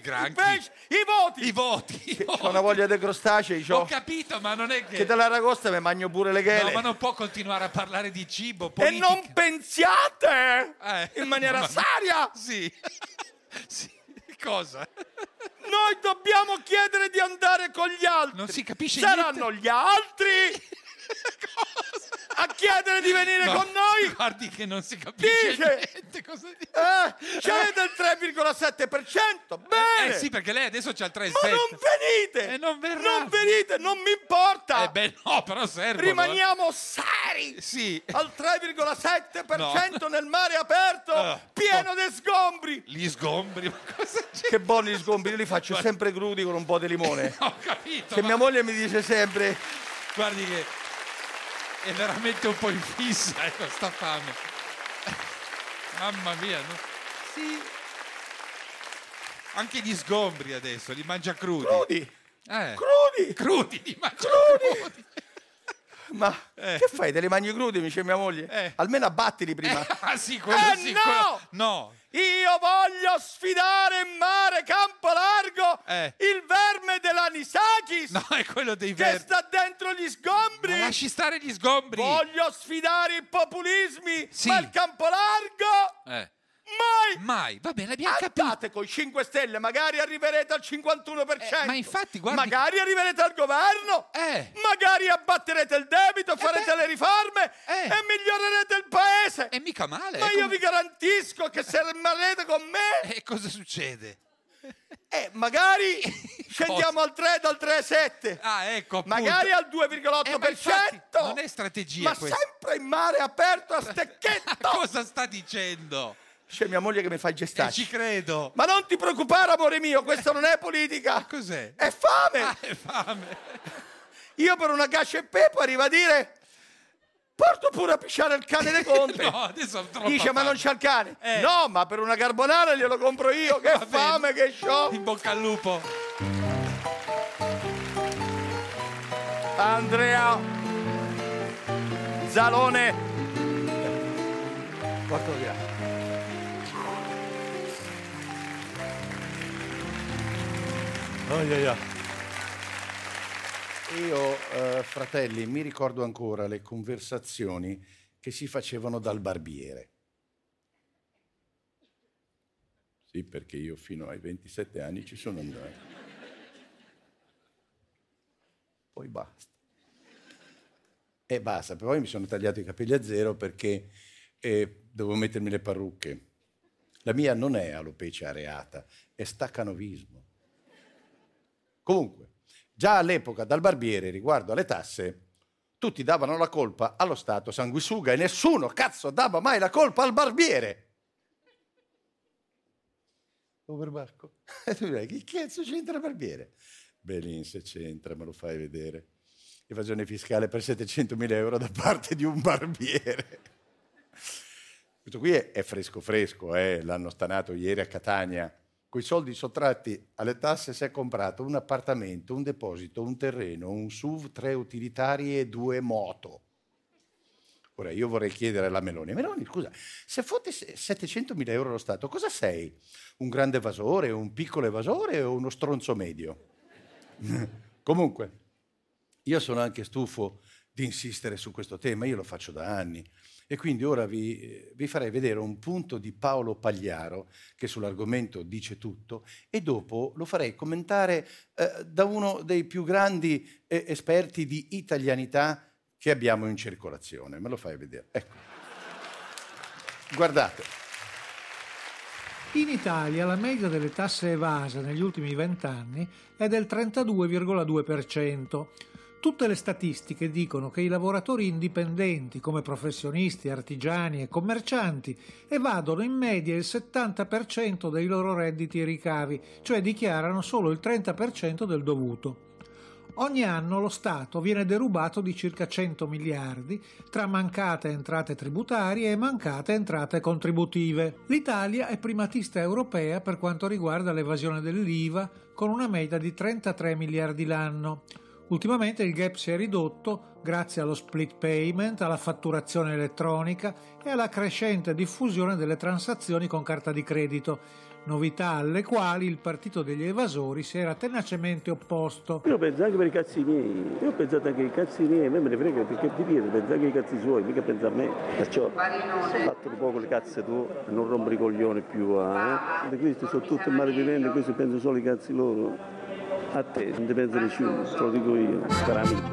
i voti. Ho una voglia di crostacei. Ho capito, ma non è che dell'aragosta mi mangio pure le ghele. No, ma non può continuare a parlare di cibo, politica. E non pensiate in maniera seria. Sì. Cosa? Noi dobbiamo chiedere di andare con gli altri. Non si capisce Saranno niente. Gli altri a chiedere di venire con noi. Guardi che non si capisce niente. Cosa dice? C'avete il 3,7%. Bene. Sì, perché lei adesso c'ha il 3,7%. Ma non venite. Non verrà. Non venite, non mi importa. No, però servono. Rimaniamo seri. Sì. Al 3,7% nel mare aperto, pieno di sgombri. Gli sgombri? Ma cosa c'è? Che buoni gli sgombri, io li faccio sempre crudi con un po' di limone. Ho capito. Che mia moglie mi dice sempre. Guardi che è veramente un po' in fissa questa fame. Mamma mia. No? Sì. Anche gli sgombri adesso, li mangia crudi. Crudi, li mangia crudi. Ma che fai? Te li mangi crudi, mi dice mia moglie? Almeno abbattili prima. Sì, quello sì. No! Io voglio sfidare in mare campo largo il verme dell'anisakis. No, è quello dei vermi. Che sta dentro gli sgombri. Ma lasci stare gli sgombri. Voglio sfidare i populismi. Ma il campo largo... Mai, va bene, abbiamo capito. Andate con i 5 Stelle, magari arriverete al 51%. Ma infatti, guardi... Magari arriverete al governo. Magari abbatterete il debito, farete le riforme e migliorerete il paese. E mica male. Ma io vi garantisco che se rimarrete con me... E cosa succede? Magari scendiamo al 3 dal 3,7. Ecco, appunto. Magari al 2,8%. Non è strategia ma questa. sempre in mare aperto a stecchetto. Cosa sta dicendo? C'è mia moglie che mi fa i gestacci. Ci credo. Ma non ti preoccupare, amore mio, questa non è politica. Cos'è? È fame. È fame. Io per una cacio e pepe arrivo a dire: porto pure a pisciare il cane dei Conte. No, adesso ho troppa Dice: ma fame. non c'ha il cane. No, ma per una carbonara glielo compro io. Che fame che c'ho. In bocca al lupo. Andrea Zalone. Porto via. Io, fratelli, mi ricordo ancora le conversazioni che si facevano dal barbiere. Sì, perché io fino ai 27 anni ci sono andato. Poi basta. E basta, poi mi sono tagliato i capelli a zero perché dovevo mettermi le parrucche. La mia non è alopecia areata, è staccanovismo. Comunque, già all'epoca dal barbiere riguardo alle tasse, tutti davano la colpa allo Stato sanguisuga e nessuno, cazzo, dava mai la colpa al barbiere. Overbacco. E tu direi, che cazzo c'entra il barbiere? Belin, se c'entra, me lo fai vedere. Evasione fiscale per 700.000 euro da parte di un barbiere. Questo qui è fresco fresco, l'hanno stanato ieri a Catania. Coi soldi sottratti alle tasse si è comprato un appartamento, un deposito, un terreno, un SUV, 3 utilitari e 2 moto. Ora, io vorrei chiedere alla Meloni, scusa, se fotti 700.000 euro allo Stato, cosa sei? Un grande evasore, un piccolo evasore o uno stronzo medio? Comunque, io sono anche stufo di insistere su questo tema, io lo faccio da anni. E quindi ora vi farei vedere un punto di Paolo Pagliaro che sull'argomento dice tutto e dopo lo farei commentare da uno dei più grandi esperti di italianità che abbiamo in circolazione. Me lo fai vedere? Ecco. Guardate. In Italia la media delle tasse evase negli ultimi 20 anni è del 32,2%. Tutte le statistiche dicono che i lavoratori indipendenti, come professionisti, artigiani e commercianti, evadono in media il 70% dei loro redditi e ricavi, cioè dichiarano solo il 30% del dovuto. Ogni anno lo Stato viene derubato di circa 100 miliardi tra mancate entrate tributarie e mancate entrate contributive. L'Italia è primatista europea per quanto riguarda l'evasione dell'IVA, con una media di 33 miliardi l'anno. Ultimamente il gap si è ridotto grazie allo split payment, alla fatturazione elettronica e alla crescente diffusione delle transazioni con carta di credito, novità alle quali il partito degli evasori si era tenacemente opposto. Io penso anche per i cazzi miei, io ho pensato anche ai cazzi miei, a me ne frega perché ti piace, penso anche ai cazzi suoi, mica pensa a me. Perciò fatto un poco le cazze tu, non rompere i coglioni più, questi sono tutti malviventi, questi pensano solo ai cazzi loro. A te, non ti pensa nessuno, te lo dico io, per amici.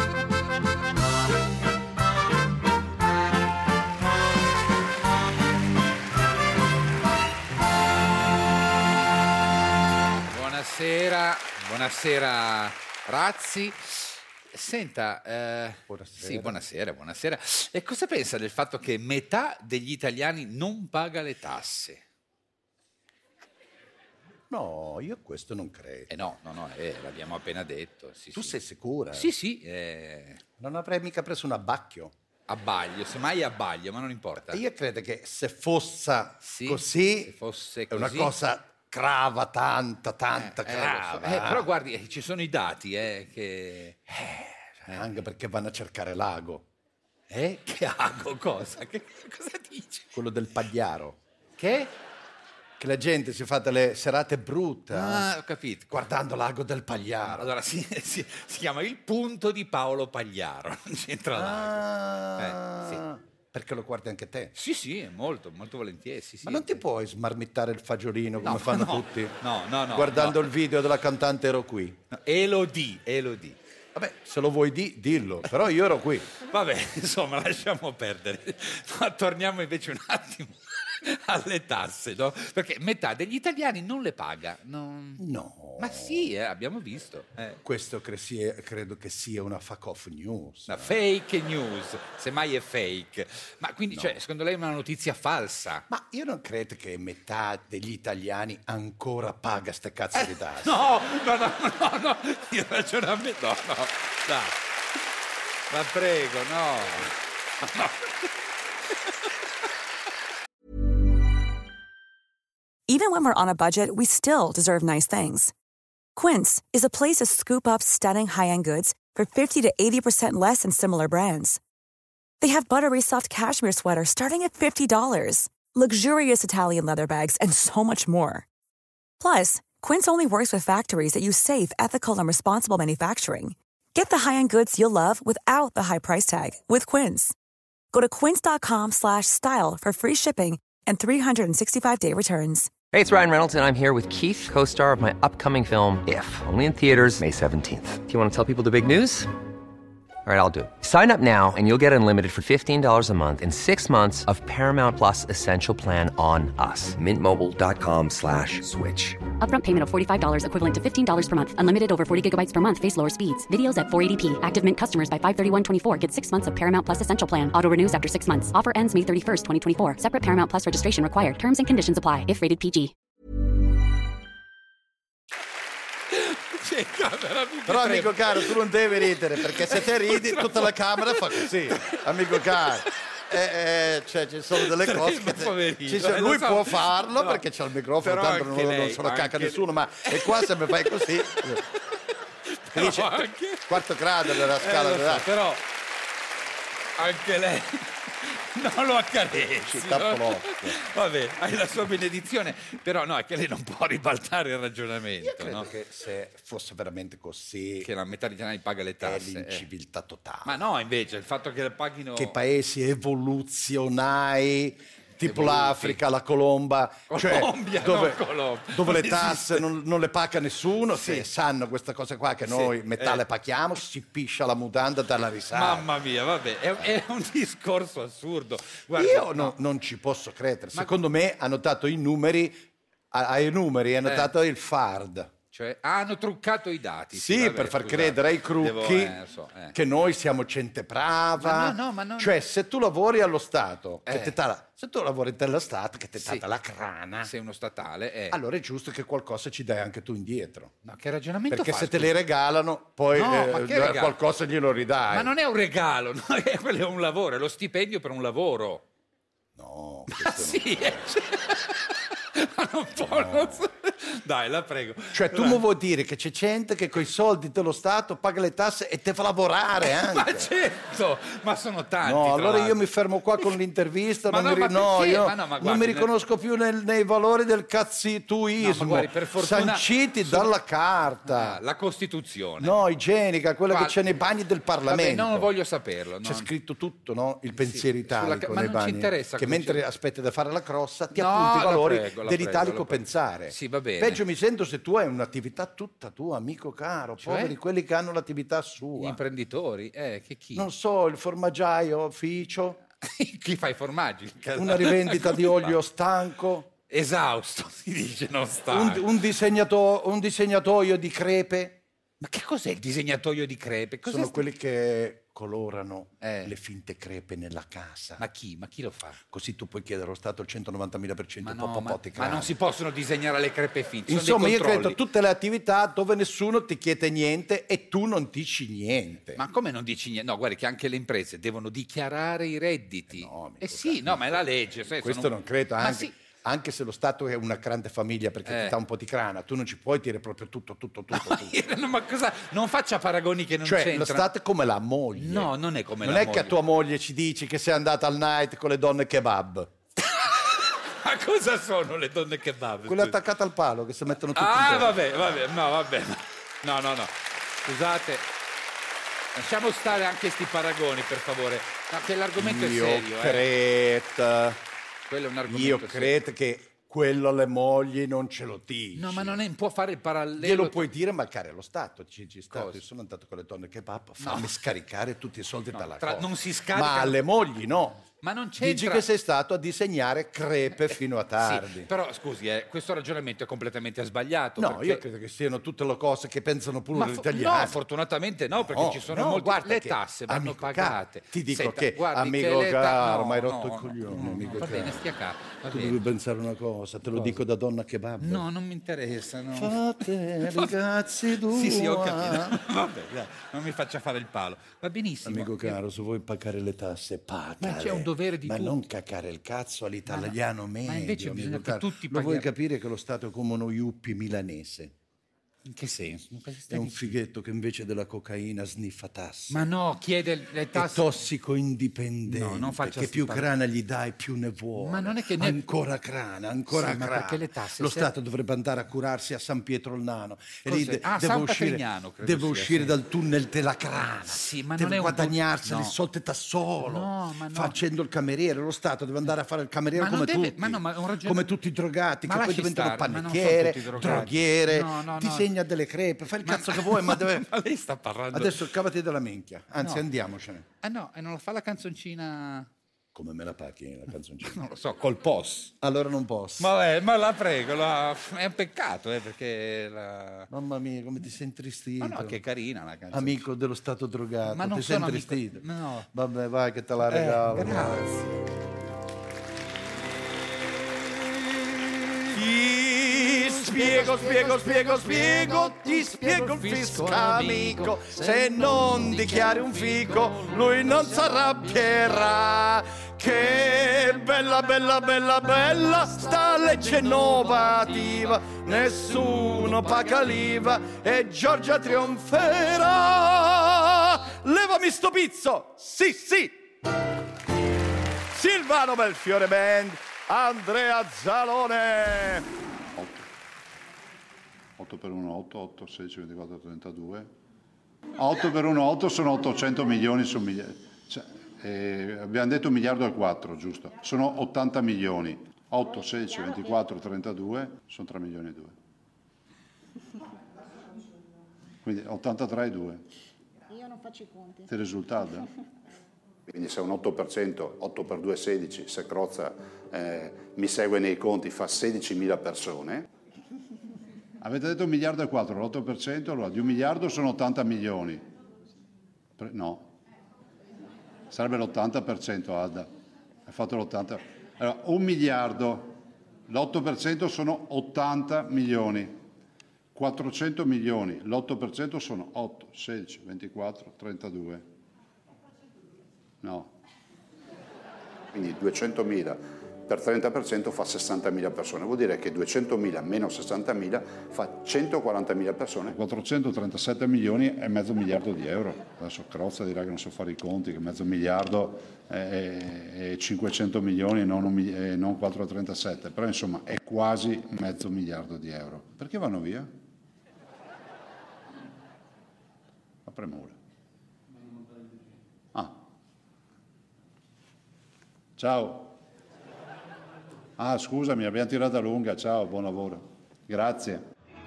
Buonasera Razzi. Senta, buonasera. Sì, buonasera. E cosa pensa del fatto che metà degli italiani non paga le tasse? No, io questo non credo. No, l'abbiamo appena detto. Sì, tu sei sicura? Sì. Non avrei mica preso un abbacchio. Abbaglio, semmai abbaglio, ma non importa. Io credo che se fosse così, se fosse è una cosa crava, tanta crava. Però guardi, ci sono i dati, che... Anche perché vanno a cercare l'ago. Che ago? Cosa? Cosa dici? Quello del Pagliaro. Che la gente si fa delle serate brutte. Ho capito. Guardando l'ago del Pagliaro. Allora si chiama il punto di Paolo Pagliaro, non c'entra l'ago. Sì. Perché lo guardi anche te? Sì, molto volentieri. Sì. Ma non ti puoi smarmittare il fagiolino come fanno tutti? No. Guardando il video della cantante Ero qui. No, Elodie. Vabbè, se lo vuoi dillo, però io ero qui. Vabbè, insomma, lasciamo perdere. Ma torniamo invece un attimo alle tasse, no? Perché metà degli italiani non le paga. No. Ma sì, abbiamo visto. Questo credo che sia una fuck-off news. Una fake news, semmai è fake. Ma quindi, secondo lei è una notizia falsa? Ma io non credo che metà degli italiani ancora paga ste cazzo di tasse. No, il ragionamento, no, dai. Ma prego, no. Even when we're on a budget, we still deserve nice things. Quince is a place to scoop up stunning high-end goods for 50 to 80% less than similar brands. They have buttery soft cashmere sweaters starting at $50, luxurious Italian leather bags, and so much more. Plus, Quince only works with factories that use safe, ethical, and responsible manufacturing. Get the high-end goods you'll love without the high price tag with Quince. Go to quince.com/style for free shipping and 365-day returns. Hey, it's Ryan Reynolds, and I'm here with Keith, co-star of my upcoming film, If, only in theaters May 17th. Do you want to tell people the big news? All right, I'll do it. Sign up now and you'll get unlimited for $15 a month and 6 months of Paramount Plus Essential Plan on us. MintMobile.com/switch. Upfront payment of $45 equivalent to $15 per month. Unlimited over 40 gigabytes per month. Face lower speeds. Videos at 480p. Active Mint customers by 531.24 get 6 months of Paramount Plus Essential Plan. Auto renews after 6 months. Offer ends May 31st, 2024. Separate Paramount Plus registration required. Terms and conditions apply if rated PG. Però amico caro, tu non devi ridere, perché se te ridi tutta la camera fa così, amico caro. Cioè ci sono delle cose che lui può farlo perché c'ha il microfono, tanto non se lo cacca nessuno, ma è qua se mi fai così dice quarto grado della scala però anche lei non lo accarezzi, no? Vabbè, hai la sua benedizione, però no, è che lei non può ribaltare il ragionamento. Io credo che se fosse veramente così, che la metà degli italiani paga le tasse, è l'inciviltà totale. Ma no, invece il fatto che paghino, che paesi evoluzionai tipo l'Africa, la Colomba, cioè dove le tasse non le paga nessuno, se sanno questa cosa qua che noi metà le paghiamo, si piscia la mutanda dalla risata. Mamma mia, vabbè, è un discorso assurdo. Guarda, io non ci posso credere. Secondo me hanno dato i numeri, ai numeri hanno dato il FARD. Cioè, hanno truccato i dati. Sì, vabbè, per far credere ai crucchi che noi siamo gente brava. Ma no. Cioè, se tu lavori allo Stato, se tu lavori dello Stato, che ti è data la crana, sei uno statale, allora è giusto che qualcosa ci dai anche tu indietro. Ma che ragionamento Perché fai? se te li regalano, poi qualcosa glielo ridai. Ma non è un regalo, no? Quello è un lavoro, è lo stipendio per un lavoro. No, sì, ma non può. Dai, la prego. Cioè tu mi vuoi dire che c'è gente che coi soldi dello Stato paga le tasse e te fa lavorare anche? Ma certo, ma sono tanti. No, allora io mi fermo qua con l'intervista. Ma non mi riconosco più nei valori del cazzituismo sanciti dalla carta. La Costituzione. No, igienica, quella che c'è nei bagni del Parlamento. Vabbè, non voglio saperlo. C'è scritto tutto, no? Il pensiero italico ma nei non bagni. Ci interessa. Che mentre aspetti da fare la crossa ti appunti i valori dell'italico pensare. Sì, va bene. Peggio mi sento se tu hai un'attività tutta tua, amico caro, poveri quelli che hanno l'attività sua. Gli imprenditori? Che chi? Non so, il formaggiaio, Ficio. Chi fa i formaggi? Una rivendita di olio stanco. Esausto, si dice, non stanco. Un disegnatoio di crepe. Ma che cos'è il disegnatoio di crepe? Sono quelli che colorano le finte crepe nella casa. Ma chi lo fa? Così tu puoi chiedere allo Stato il 190.000% ma non si possono disegnare le crepe finte. Insomma, io credo tutte le attività dove nessuno ti chiede niente e tu non dici niente. Ma come non dici niente? No, guarda che anche le imprese devono dichiarare i redditi. Ma è la legge. Questo non credo, anche se lo Stato è una grande famiglia perché ti dà un po' di crana, tu non ci puoi dire proprio tutto. Ma cosa? Non faccia paragoni che non c'entrano. Lo Stato è come la moglie. No, non è come la moglie. Non è che a tua moglie ci dici che sei andata al night con le donne kebab. Ma cosa sono le donne kebab? Quelle attaccate al palo che si mettono tutti vabbè. No. Scusate. Lasciamo stare anche sti paragoni, per favore. No, che l'argomento è serio. Io credo che quello alle mogli non ce lo dici. No, ma non può fare il parallelo. Glielo puoi dire magari allo Stato. Ci sta. Io sono andato con le donne kebab, fammi scaricare tutti i soldi dalla cosa. Non si scarica. Ma alle mogli no. Ma non c'entra. Dici che sei stato a disegnare crepe fino a tardi. Sì, però scusi, questo ragionamento è completamente sbagliato. No, perché... io credo che siano tutte le cose che pensano pure gli italiani. No, fortunatamente no, perché ci sono molte... Le tasse vanno pagate. Ti dico Senta, che, guardi amico che caro, no, mi hai rotto no, il coglione, no, amico va caro. bene, stia qua. Tu devi pensare una cosa, te lo dico da donna kebab. No, non mi interessa. No. Fate ragazzi due. Sì, ho capito. Vabbè, dai, non mi faccia fare il palo. Va benissimo. Amico caro, se vuoi pagare le tasse, pagale. Ma c'è un dovere di tutti. Ma non cacare il cazzo all'italiano medio. Ma invece bisogna che caro. tutti Lo paghiamo. vuoi capire che lo Stato è come uno yuppie milanese? In che senso? È un fighetto che invece della cocaina sniffa tasse. Ma no, chiede le tasse. È tossico indipendente. No, non faccia che più sti crana gli dai, più ne vuole. Ma non è che ancora crana, ancora Sì, ma crana. perché le tasse Lo Stato dovrebbe andare a curarsi a San Pietro il Nano. E lì Cos'è? deve San uscire, Patrignano, credo deve sia, uscire sì. dal tunnel della crana. Sì, ma deve non è guadagnarseli no. sotto da solo. No, ma no. Facendo il cameriere. Lo Stato deve andare a fare il cameriere Ma non come deve- tutti. ma no, ma è un ragionamento- Come tutti i drogati, Ma che poi lasci diventano stare, ma non sono panettiere, tutti drogati. droghiere, No, no, no. disegna delle crepe, fai il cazzo che vuoi, ma deve... Ma lei sta parlando... Adesso cavati dalla minchia, anzi No. andiamocene. Ah no, e non lo fa la canzoncina... Come me la pacchi la canzoncina? Non lo so, col POS. Allora non posso. Ma la prego, è un peccato, perché... Mamma mia, come ti sei intristito. Ma no, che carina la canzone. Amico dello stato drogato, Ma non ti sei sono amico- intristito. no. Vabbè, vai che te la regalo. Grazie. Ti spiego il fisco amico, se non dichiari un fico, lui non si arrabbierà. Che bella, bella, bella, bella, sta legge innovativa, nessuno paga l'IVA e Giorgia trionferà. Levami sto pizzo, sì, sì. Silvano Belfiore Band, Andrea Zalone. 8 per 1, 8, 8, 16, 24, 32. 8 per 1, 8 sono 800 milioni su miliardi. Cioè, abbiamo detto 1 miliardo e 4, giusto? Sono 80 milioni. 8, 16, 24, 32 sono 3 milioni e 2. Quindi 83 e 2. Io non faccio i conti. Ti risulta? Quindi se un 8%, 8 per 2 è 16, se Crozza mi segue nei conti fa 16.000 persone. Avete detto 1 miliardo e 4, l'8%, allora di 1 miliardo sono 80 milioni. No, sarebbe l'80%, Adda. Hai fatto l'80%. Allora, 1 miliardo, l'8% sono 80 milioni. 400 milioni, l'8% sono 8, 16, 24, 32. No. Quindi 200.000 per 30% fa 60.000 persone, vuol dire che 200.000 meno 60.000 fa 140.000 persone. 437 milioni e mezzo miliardo di euro. Adesso Crozza dirà che non so fare i conti, che mezzo miliardo è 500 milioni e non 437, però insomma è quasi mezzo miliardo di euro. Perché vanno via? La premura. Ah. Ciao. Ah, scusami, abbiamo tirato lunga. Ciao, buon lavoro. Grazie.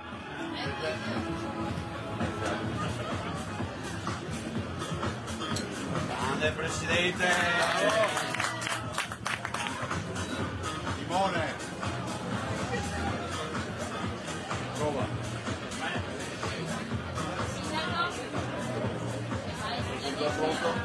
Grande Presidente. Simone. Prova. Pronto?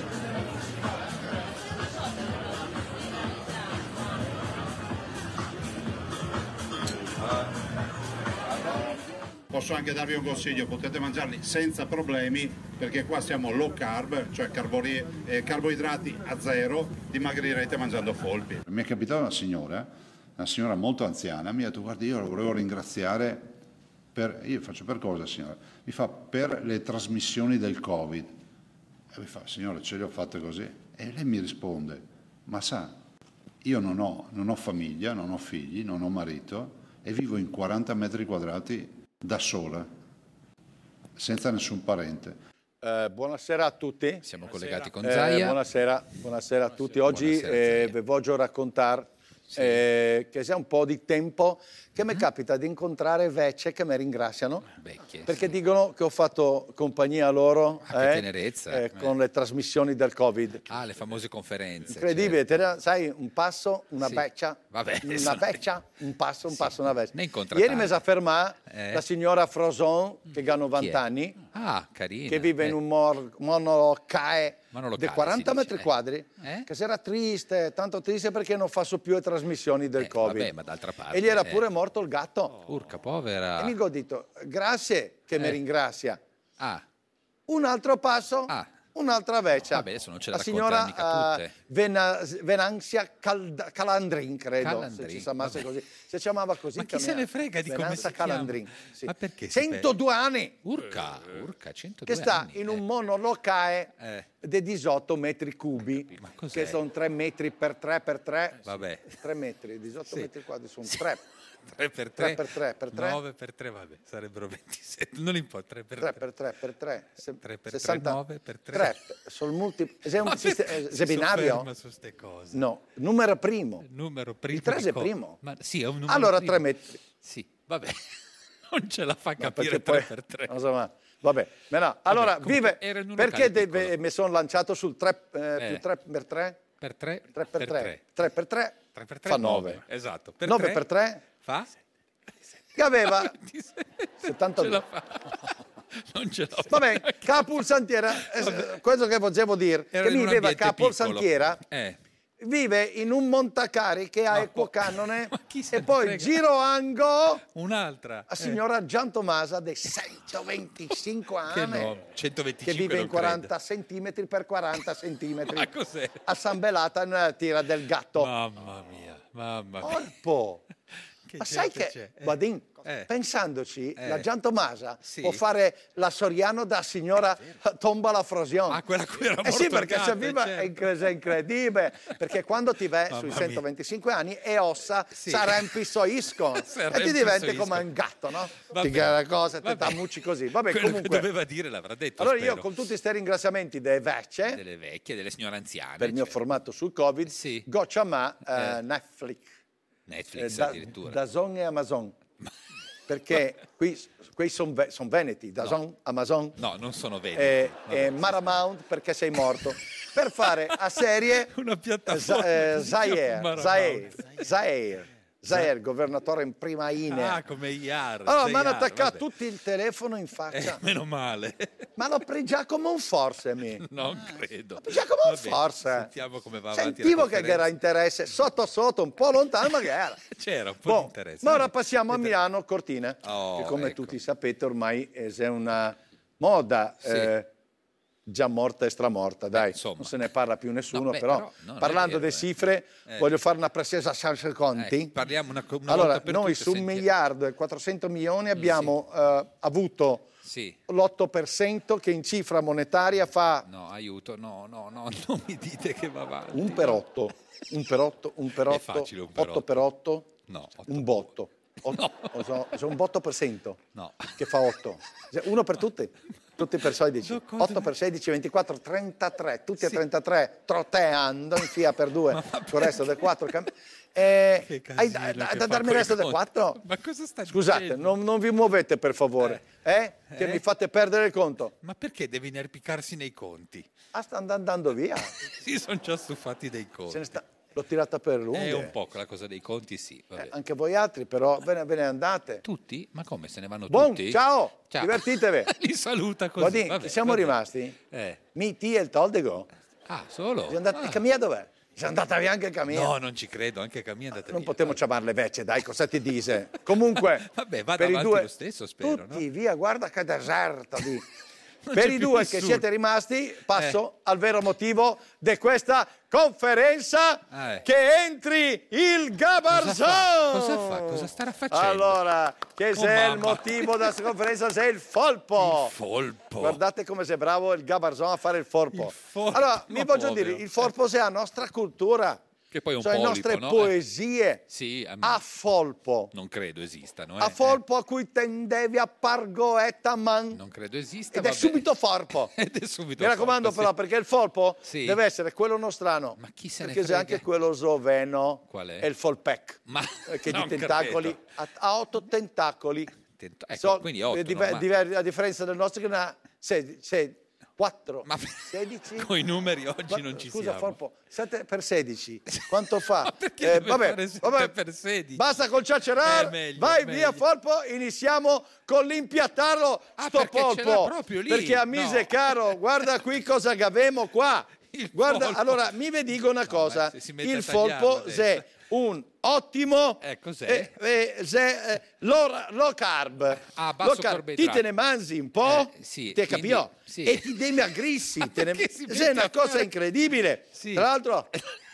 Posso anche darvi un consiglio, potete mangiarli senza problemi perché qua siamo low carb, cioè carboidrati a zero, dimagrirete mangiando folpi. Mi è capitata una signora molto anziana, mi ha detto guardi io la volevo ringraziare io faccio per cosa signora? Mi fa per le trasmissioni del Covid. E mi fa signora ce le ho fatte così e lei mi risponde ma sa io non ho famiglia, non ho figli, non ho marito e vivo in 40 metri quadrati da sola, senza nessun parente. Buonasera a tutti. Siamo collegati con Zaia. Buonasera a tutti. Oggi vi voglio raccontare che sia un po' di tempo che mi capita di incontrare vecchie che mi ringraziano perché dicono che ho fatto compagnia a loro che tenerezza, con le trasmissioni del Covid. Le famose conferenze. Incredibile, sai, un passo, una vecchia, Vabbè, una vecchia, un passo, una vecchia. Ne incontra Ieri mi tanti. sa fermare la signora Frozon che ha 90 anni, carina. che vive in un monolocale di 40 metri quadri, che si era triste, tanto triste perché non fa più le trasmissioni del Covid. Vabbè, ma d'altra parte, e gli era pure morto il gatto. Urca povera. E mi ho detto, grazie che mi ringrazia. Un altro passo, un'altra vecchia. Vabbè, adesso non ce la la signora mica tutte. Venanzia Calandrin, credo, Calandrin, se si chiamasse così. Si chiamava così. Ma chi se ne frega di come si chiama? Calandrin. Sì. Ma perché? 102 anni. Urca, 102 che sta anni. in un monolocale di 18 metri cubi, che sono 3 metri per 3 per 3. Vabbè. 3 metri, 18 metri quadri sono 3. 3 per 3 per 3 per 3 9 per 3, vabbè, sarebbero 27. Non importa, 3 per 3 per 3 per 3 3 per 60, 3 9 per 3. 3 sono multipli. È binario? Su ste cose. No, numero primo. Il 3 è primo. Ma sì, è un numero allora primo. 3 metri. Sì, vabbè. Non ce la fa capire 3 per 3. Insomma, vabbè. Allora, vive perché mi sono lanciato sul 3 più 3 per 3? Per 3 3 per 3. 3 per 3 fa 9. Esatto. 9 per 3 fa? Che aveva 72. Non ce l'ho. Vabbè, capo Santiera, questo che volevo dire, che viveva capo Santiera, vive in un montacari che ha equocannone e poi giroango un'altra a signora Gian Tomasa dei 125 anni che, no, 125 che vive in 40 centimetri per 40 centimetri. Ma cos'è? Assambellata nella tira del gatto. Mamma mia. Colpo. Ma sai che, Badin, pensandoci, la Gian Tomasa può fare la Soriano da signora Tomba la Frosion. Quella qui era morto sì, perché se il viva certo. È incredibile, perché quando ti vai sui 125 anni e ossa s'arrampissoisco e ti diventi come un gatto, no? Ti la cosa, ti tammucci così. Vabbè, quello comunque che doveva dire l'avrà detto. Allora spero. Io con tutti questi ringraziamenti delle vecchie, delle signore anziane, per il mio formato sul Covid, goccia ma Netflix addirittura. DAZN e Amazon. Perché qui sono veneti, DAZN, Amazon. No, non sono veneti. E Paramount perché sei morto. Per fare a serie una piattaforma Zaire, governatore in prima linea. Come IAR. Allora mi hanno attaccato tutti il telefono in faccia. Meno male. Ma l'ho preso come un forse, Non credo. L'ho preso come un forse. Sentiamo come va avanti. Sentivo che era interesse sotto, un po' lontano, ma che era. C'era un po' di interesse. Ma ora passiamo a Milano Cortina, che come tutti sapete ormai è una moda. Già morta e stramorta, dai, non se ne parla più nessuno, però parlando delle cifre voglio fare una precisa Sanche Conti. Parliamo una allora, volta per noi tutte, su 1 miliardo e 400 milioni abbiamo avuto l'8% che in cifra monetaria fa... No, aiuto, no, non mi dite che va avanti. 1 per 8, 8 per 8, no, un botto. Sono un botto per cento, che fa 8. Uno per tutti per 16, 8 per 16, 24, 33, tutti a 33, troteando in fila per 2, con il resto del 4. Hai da darmi il resto del 4? Ma cosa sta Scusate, dicendo? non vi muovete per favore, che mi fate perdere il conto. Ma perché deve inerpicarsi nei conti? Stanno andando via. Si sono già stufati dei conti. L'ho tirata per lunghe. È un po' quella cosa dei conti, sì. Anche voi altri, però ve ne andate. Tutti? Ma come, se ne vanno Buon, tutti? Ciao, divertitevi. Li saluta così. Siamo rimasti? Miti e il Toldego. Solo? Camilla dov'è? Sei andata via anche Camilla? No, non ci credo, anche Camilla è andata non via. potremmo chiamarle vecchie, dai, cosa ti dice? Comunque, vabbè, vada per avanti i due, lo stesso, spero. Tutti via, guarda che deserta di... Per i due che siete rimasti, passo al vero motivo di questa conferenza, che entri il Gabarzon. Cosa fa? Cosa starà facendo? Allora, che se il motivo della conferenza sei il folpo. Il folpo. Guardate come sei bravo il Gabarzon a fare il folpo. Allora, mi voglio dire, il folpo è la nostra cultura. Che poi è un sono polipo, le nostre no? poesie Sì, a Folpo. Non credo esistano. A Folpo a cui tendevi a Pargoetaman. Non credo esista. Ed è subito Forpo. Ed è subito Mi raccomando Forpo, però, perché il Folpo sì. deve essere quello nostrano. Ma chi se ne perché c'è frega? anche quello sloveno. Qual è? Il Folpec. Ma che di non tentacoli ha 8 tentacoli. Ecco, quindi 8, a differenza del nostro che ne ha 4, 16. Con i numeri oggi non ci scusa, siamo. Forpo, 7 per 16, quanto fa? Perché deve fare 7 per 16? Basta col ciacerare, meglio, vai meglio. via Forpo, iniziamo con l'impiattarlo sto perché ce l'ha polpo. proprio lì? Perché a mise caro, guarda qui cosa avemo qua. Guarda, polpo. allora mi vi dico una cosa, si mette il a tagliarlo Folpo adesso. è un ottimo cos'è? low carb. Ah, Low basso carb. carboidrato. Ti te ne mangi un po', sì, te quindi- capio? sì. E ti dimagrissi. si mette È una a cosa fare- incredibile. Sì. Tra l'altro,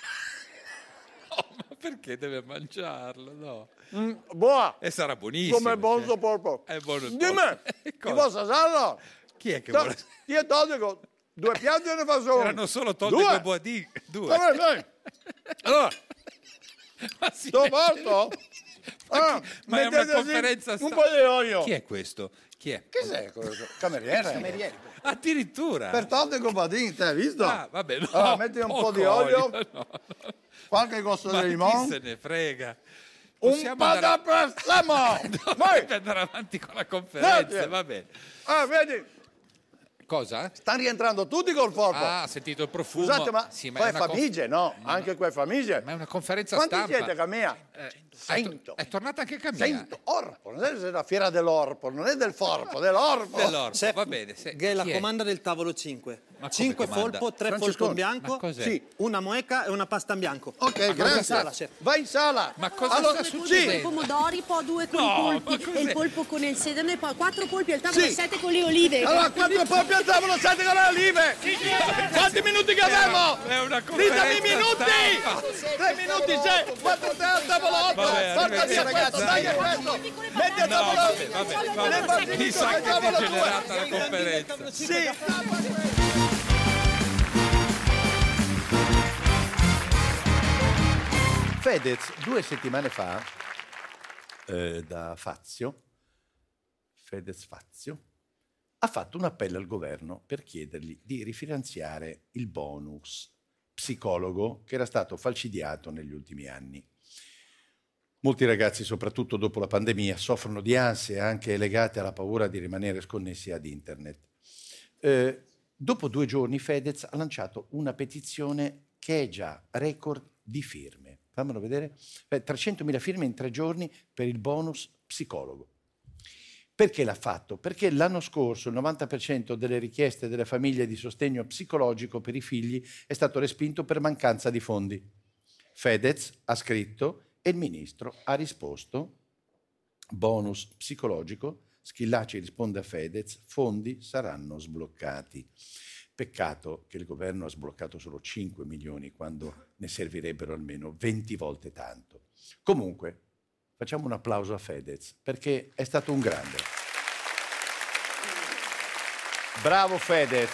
Ma perché deve mangiarlo? No. buona. E sarà buonissimo. Come buono polpo. È buono il Dimmi, polpo. ti Cosa? posso assarlo? Chi è che vuole? Io dico, 2 piatti ne fa solo. Erano solo Totti Due. e Boadì. 2. Vabbè, dai. Allora, sto porto? Ma è una conferenza un po' di olio. Chi è questo? Chi è? Che sei questo? Cameriere. Addirittura. Per Totti e Compadini, te hai visto? Ah, vabbè, no. Allora, metti un po' di olio, qualche goccia Ma di chi limone. se ne frega? Un Possiamo po' andare- di prezzemolo. Dovrebbe andare avanti con la conferenza, Grazie. va bene. Vedi, Cosa? stanno rientrando tutti col Folpo. Ah, ha sentito il profumo. Scusate, ma Sì, poi è una famiglie, no? Anche quelle famiglie. Ma è una conferenza Quanti stampa. siete, Camilla? È tornata anche Camilla. 100. Orpo, non è la fiera dell'Orpo, non è del Forpo, dell'Orpo. Dell'Orpo, va bene. Che è la Chi comanda del tavolo 5. Ma come 5 comanda? folpo, 3 Francesconi, folpo in bianco, ma cos'è? Sì. una moeca e una pasta in bianco. Ok, grazie. Vai in sala. Ma cosa Allora, sta sì. succedendo? Pomodori, poi 2 con No, i ma polpi cos'è? e il polpo con il sedano e poi 4 polpi al tavolo Sì. e 7 con le olive. Allora, 4 polpi al tavolo, 7 con le olive. Quanti minuti che abbiamo? È una conferenza Ditemi i minuti. stampa. 3 minuti, 6, 4 te al tavolo 8. Vabbè, Porta via questo, taglia questo. Metti al No, tavolo vabbè. Mi sa che è degenerata la conferenza. Sì. Fedez 2 settimane fa da Fazio, Fedez Fazio, ha fatto un appello al governo per chiedergli di rifinanziare il bonus psicologo che era stato falcidiato negli ultimi anni. Molti ragazzi, soprattutto dopo la pandemia, soffrono di ansie anche legate alla paura di rimanere sconnessi ad internet. Dopo 2 giorni Fedez ha lanciato una petizione che è già record di firme. Fammelo vedere. 300.000 firme in 3 giorni per il bonus psicologo. Perché l'ha fatto? Perché l'anno scorso il 90% delle richieste delle famiglie di sostegno psicologico per i figli è stato respinto per mancanza di fondi. Fedez ha scritto e il ministro ha risposto: bonus psicologico, Schillaci risponde a Fedez, fondi saranno sbloccati. Peccato che il governo ha sbloccato solo 5 milioni quando ne servirebbero almeno 20 volte tanto. Comunque, facciamo un applauso a Fedez perché è stato un grande. Bravo Fedez.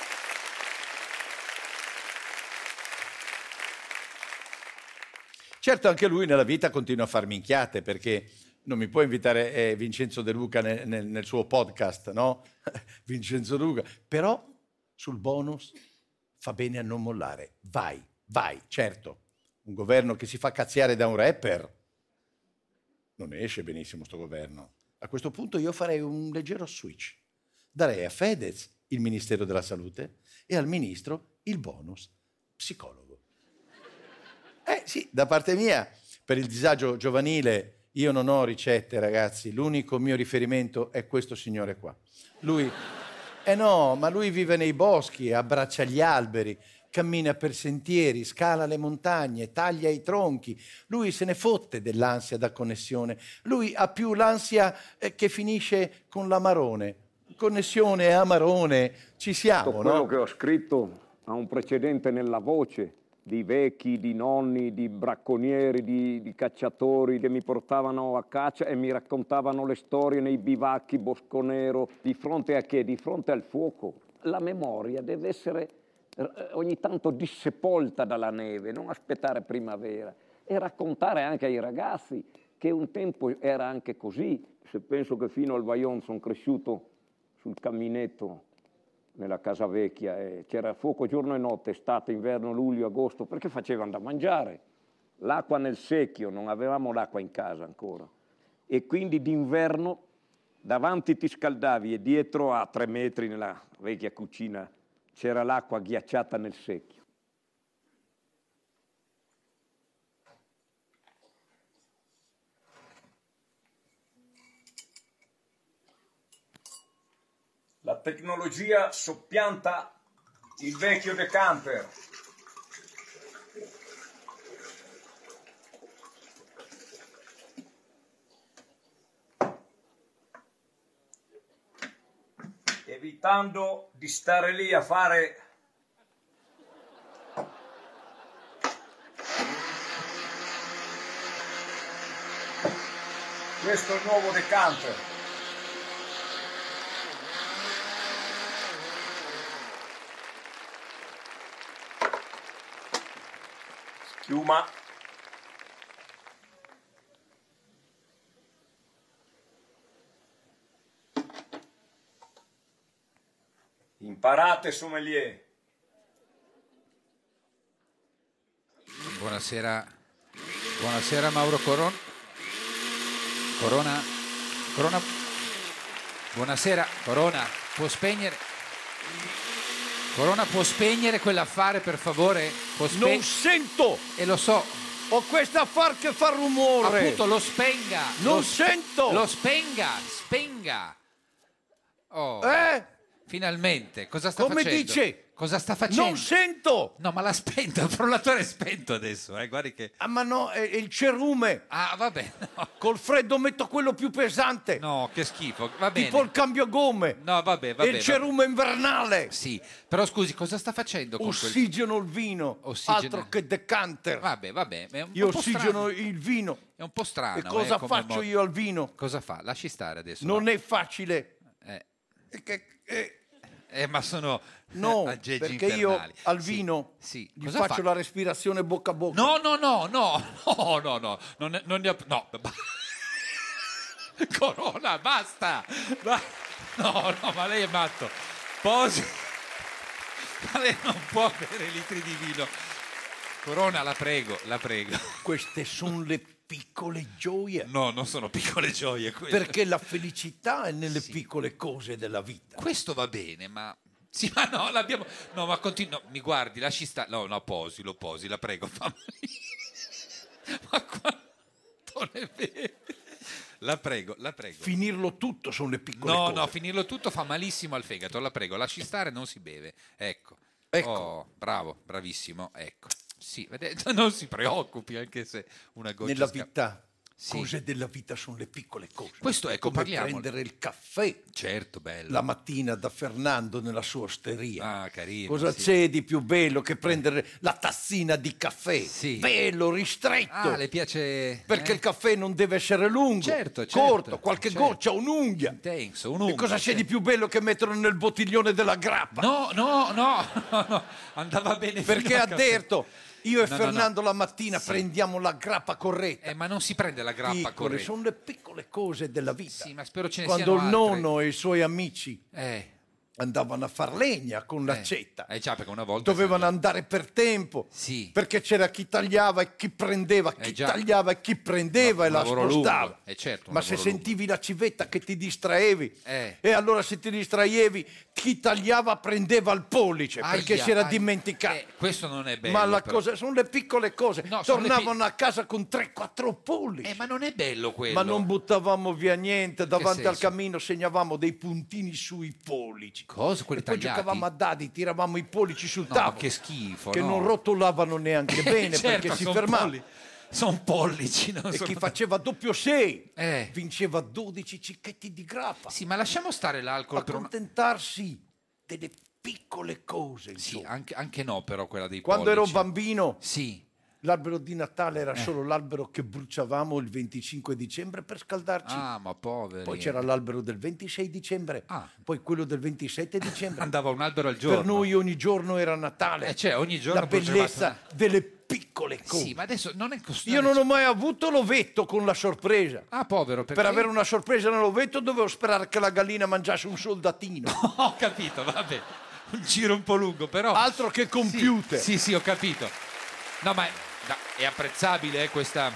Certo, anche lui nella vita continua a far minchiate perché non mi può invitare Vincenzo De Luca nel suo podcast, no? Vincenzo De Luca. Però sul bonus fa bene a non mollare. Vai, certo. Un governo che si fa cazziare da un rapper non ne esce benissimo sto governo. A questo punto io farei un leggero switch. Darei a Fedez il Ministero della Salute e al Ministro il bonus psicologo. Sì, da parte mia, per il disagio giovanile io non ho ricette, ragazzi. L'unico mio riferimento è questo signore qua. Lui... no, ma lui vive nei boschi, abbraccia gli alberi, cammina per sentieri, scala le montagne, taglia i tronchi. Lui se ne fotte dell'ansia da connessione. Lui ha più l'ansia che finisce con l'amarone. Connessione e amarone, ci siamo, Tutto quello no? che ho scritto ha un precedente nella voce di vecchi, di nonni, di bracconieri, di cacciatori che mi portavano a caccia e mi raccontavano le storie nei bivacchi Bosconero. Di fronte a che? Di fronte al fuoco. La memoria deve essere ogni tanto dissepolta dalla neve, non aspettare primavera, e raccontare anche ai ragazzi che un tempo era anche così. Se penso che fino al Vajont sono cresciuto sul camminetto nella casa vecchia, e c'era fuoco giorno e notte, estate, inverno, luglio, agosto, perché facevano da mangiare. L'acqua nel secchio, non avevamo l'acqua in casa ancora. E quindi d'inverno davanti ti scaldavi e dietro a 3 metri nella vecchia cucina c'era l'acqua ghiacciata nel secchio. La tecnologia soppianta il vecchio decanter. Evitando di stare lì a fare questo è il nuovo decanter. Schiuma. Imparate, sommelier. Buonasera. Buonasera Mauro Corona. Corona. Buonasera. Corona, può spegnere? Corona, può spegnere quell'affare, per favore? Non sento! E lo so. Ho quest'affare che fa rumore! Appunto, lo spenga! Non sento! Lo spenga! Oh. Finalmente, cosa sta Come facendo? dice? Cosa sta facendo? Non sento! No, ma l'ha spento, il frullatore è spento adesso, guardi che... Ah, ma no, è il cerume. Ah, vabbè, no. Col freddo metto quello più pesante. No, che schifo, va bene. Tipo il cambiagomme. No, vabbè. E il cerume invernale. Sì, però scusi, cosa sta facendo con ossigeno il vino, altro che decanter. Vabbè. Io ossigeno il vino. È un po' strano. E cosa faccio io al vino? Cosa fa? Lasci stare adesso. Non è facile. Ma sono aggeggi perché infernali. Io al vino gli faccio la respirazione bocca a bocca. No, non ne ho... No, Corona, basta! No, ma lei è matto. Posi. Ma lei non può bere litri di vino. Corona, la prego. Queste sono le piccole gioie. No, non sono piccole gioie quelle. Perché la felicità è nelle piccole cose della vita. Questo va bene, ma... Sì, ma no, l'abbiamo... No, ma continua... Mi guardi, lasci stare... No, lo posi, la prego, fammi... Ma quanto ne vede? La prego. Finirlo tutto sono le piccole cose. No, finirlo tutto fa malissimo al fegato, la prego, lasci stare, non si beve. Ecco. Oh, bravo, bravissimo, ecco. Sì, vedete, non si preoccupi, anche se una goccia... Nella vita, cose della vita sono le piccole cose. Questo, ecco, come parliamo. prendere il caffè. Certo, bello. La mattina da Fernando nella sua osteria. Ah, carino. Cosa c'è di più bello che prendere la tazzina di caffè? Sì. Bello, ristretto. Ah, le piace... Perché il caffè non deve essere lungo, certo, corto, qualche goccia, un'unghia. Intenso, un'unghia. E cosa c'è di più bello che metterlo nel bottiglione della grappa? No, andava bene. Perché ha detto... Io e Fernando la mattina prendiamo la grappa corretta. Ma non si prende la grappa corretta. Sono le piccole cose della vita. Sì, ma spero ce ne Quando siano il altre. nonno e i suoi amici andavano a far legna con l'accetta. Già, perché una volta dovevano andare per tempo. Sì. Perché c'era chi tagliava e chi prendeva, tagliava e chi prendeva e la spostava. Certo, ma se sentivi la civetta che ti distraevi, e allora se ti distraevi, chi tagliava prendeva il pollice perché si era dimenticato. Questo non è bello. Ma la però. cosa, sono le piccole cose. Tornavano a casa con 3-4 pollici. Ma non è bello quello. Ma non buttavamo via niente. Davanti al camino segnavamo dei puntini sui pollici. Cosa? Quelli e poi tagliati? giocavamo a dadi, tiravamo i pollici sul tavolo. Che schifo. Che non rotolavano neanche bene certo, perché si fermavano. Sono pollici. E chi faceva doppio 6 vinceva 12 cicchetti di grappa. Sì, ma lasciamo stare l'alcol. Accontentarsi delle piccole cose. Sì, anche no, però quella dei Quando pollici. ero bambino, L'albero di Natale era solo l'albero che bruciavamo il 25 dicembre per scaldarci. Ah, ma poveri. Poi c'era l'albero del 26 dicembre, poi quello del 27 dicembre. Andava un albero al giorno. Per noi ogni giorno era Natale. Cioè, ogni giorno la bellezza delle piccole cose. Sì, ma adesso non è così. Io non ho mai avuto l'ovetto con la sorpresa. Ah, povero, perché? Per avere una sorpresa nell'ovetto dovevo sperare che la gallina mangiasse un soldatino. Ho capito, vabbè. Un giro un po' lungo, però. Altro che computer. Sì, ho capito. No, ma è apprezzabile questa.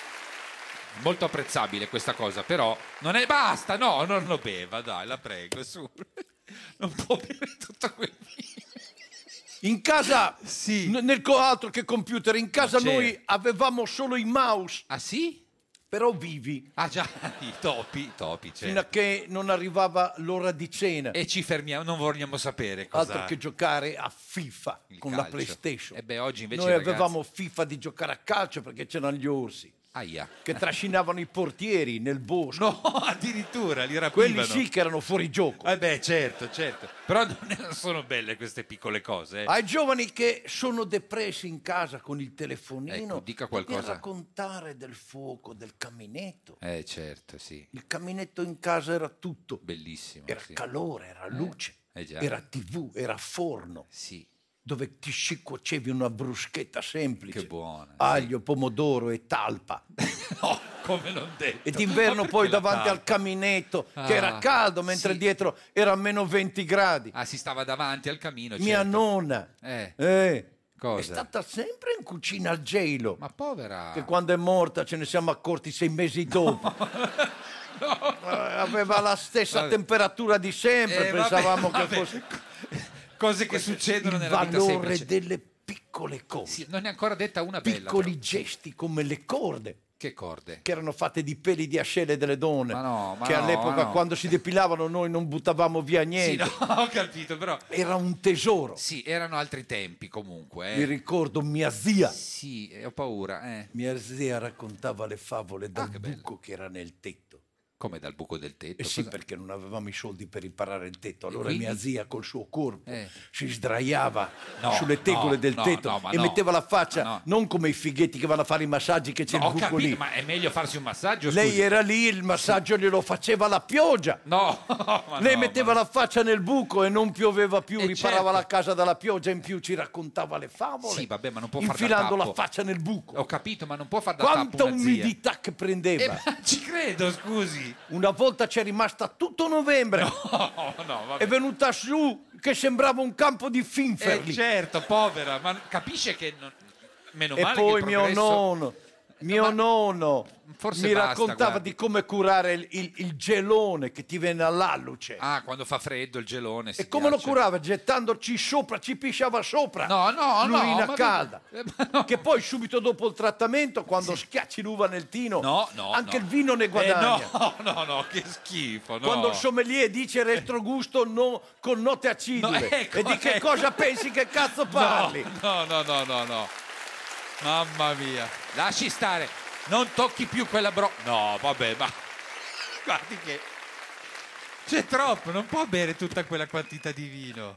Molto apprezzabile questa cosa, però non è. Basta, no, non lo beva, dai, la prego, su. Non può bere tutto quel vino. In casa, altro che computer, in casa noi avevamo solo i mouse. Ah sì? Però vivi. Ah già, i topi, certo. Fino a che non arrivava l'ora di cena. E ci fermiamo, non vogliamo sapere cosa. Altro che giocare a FIFA con calcio. La PlayStation. E beh, oggi invece noi avevamo FIFA di giocare a calcio perché c'erano gli orsi. Aia. Che trascinavano i portieri nel bosco. No, addirittura li rapivano. Quelli sì che erano fuori gioco. Beh, certo. Però non sono belle queste piccole cose. Ai giovani che sono depressi in casa con il telefonino, dica qualcosa. Per raccontare del fuoco, del caminetto. Certo, sì. Il caminetto in casa era tutto. Bellissimo. Era calore, era luce, già. Era TV, era forno. Sì. Dove ti scicuocevi una bruschetta semplice. Che buona. Aglio, pomodoro e talpa. No, come non detto. E d'inverno poi davanti al caminetto, che era caldo, mentre dietro era meno 20 gradi. Ah, si stava davanti al camino. Mia certo. nonna. Cosa? È stata sempre in cucina al gelo. Ma povera. Che quando è morta ce ne siamo accorti 6 mesi dopo. Aveva la stessa temperatura di sempre, pensavamo che fosse... Cose che succedono nella vita semplice. Il valore delle piccole cose. Sì, non ne è ancora detta una bella. Piccoli gesti come le corde. Che corde? Che erano fatte di peli di ascelle delle donne. Ma che all'epoca quando si depilavano noi non buttavamo via niente. Sì, no, ho capito, però. Era un tesoro. Sì, erano altri tempi comunque. Mi ricordo mia zia. Sì, ho paura. Mia zia raccontava le favole dal buco che era nel tetto. Come dal buco del tetto? Sì, perché non avevamo i soldi per riparare il tetto. Allora mia zia col suo corpo si sdraiava sulle tegole del tetto e metteva la faccia, non come i fighetti che vanno a fare i massaggi che c'è il buco lì. Ma è meglio farsi un massaggio? Lei era lì, il massaggio glielo faceva la pioggia. Lei metteva la faccia nel buco e non pioveva più, riparava la casa dalla pioggia, in più ci raccontava le favole. Sì, vabbè, ma non può far da tappo. Infilando la faccia nel buco. Ho capito, ma non può far da tappo una zia. Quanta umidità che prendeva. Ci credo, scusi. Una volta c'è rimasta tutto novembre. Vabbè. È venuta su che sembrava un campo di finferli. Certo, povera, ma capisce che meno male. E poi che mio nonno forse mi basta, raccontava guardi. di come curare il gelone che ti viene all'alluce. Ah, quando fa freddo il gelone. E come lo curava? Gettandoci sopra, ci pisciava sopra. L'urina calda. Che poi subito dopo il trattamento, quando schiacci l'uva nel tino, anche il vino ne guadagna. No, che schifo. No. Quando il sommelier dice retrogusto con note acidule. Ecco, e di che cosa pensi, che cazzo parli? No. Mamma mia. Lasci stare. Non tocchi più quella No, vabbè, ma guardi che c'è troppo, non può bere tutta quella quantità di vino.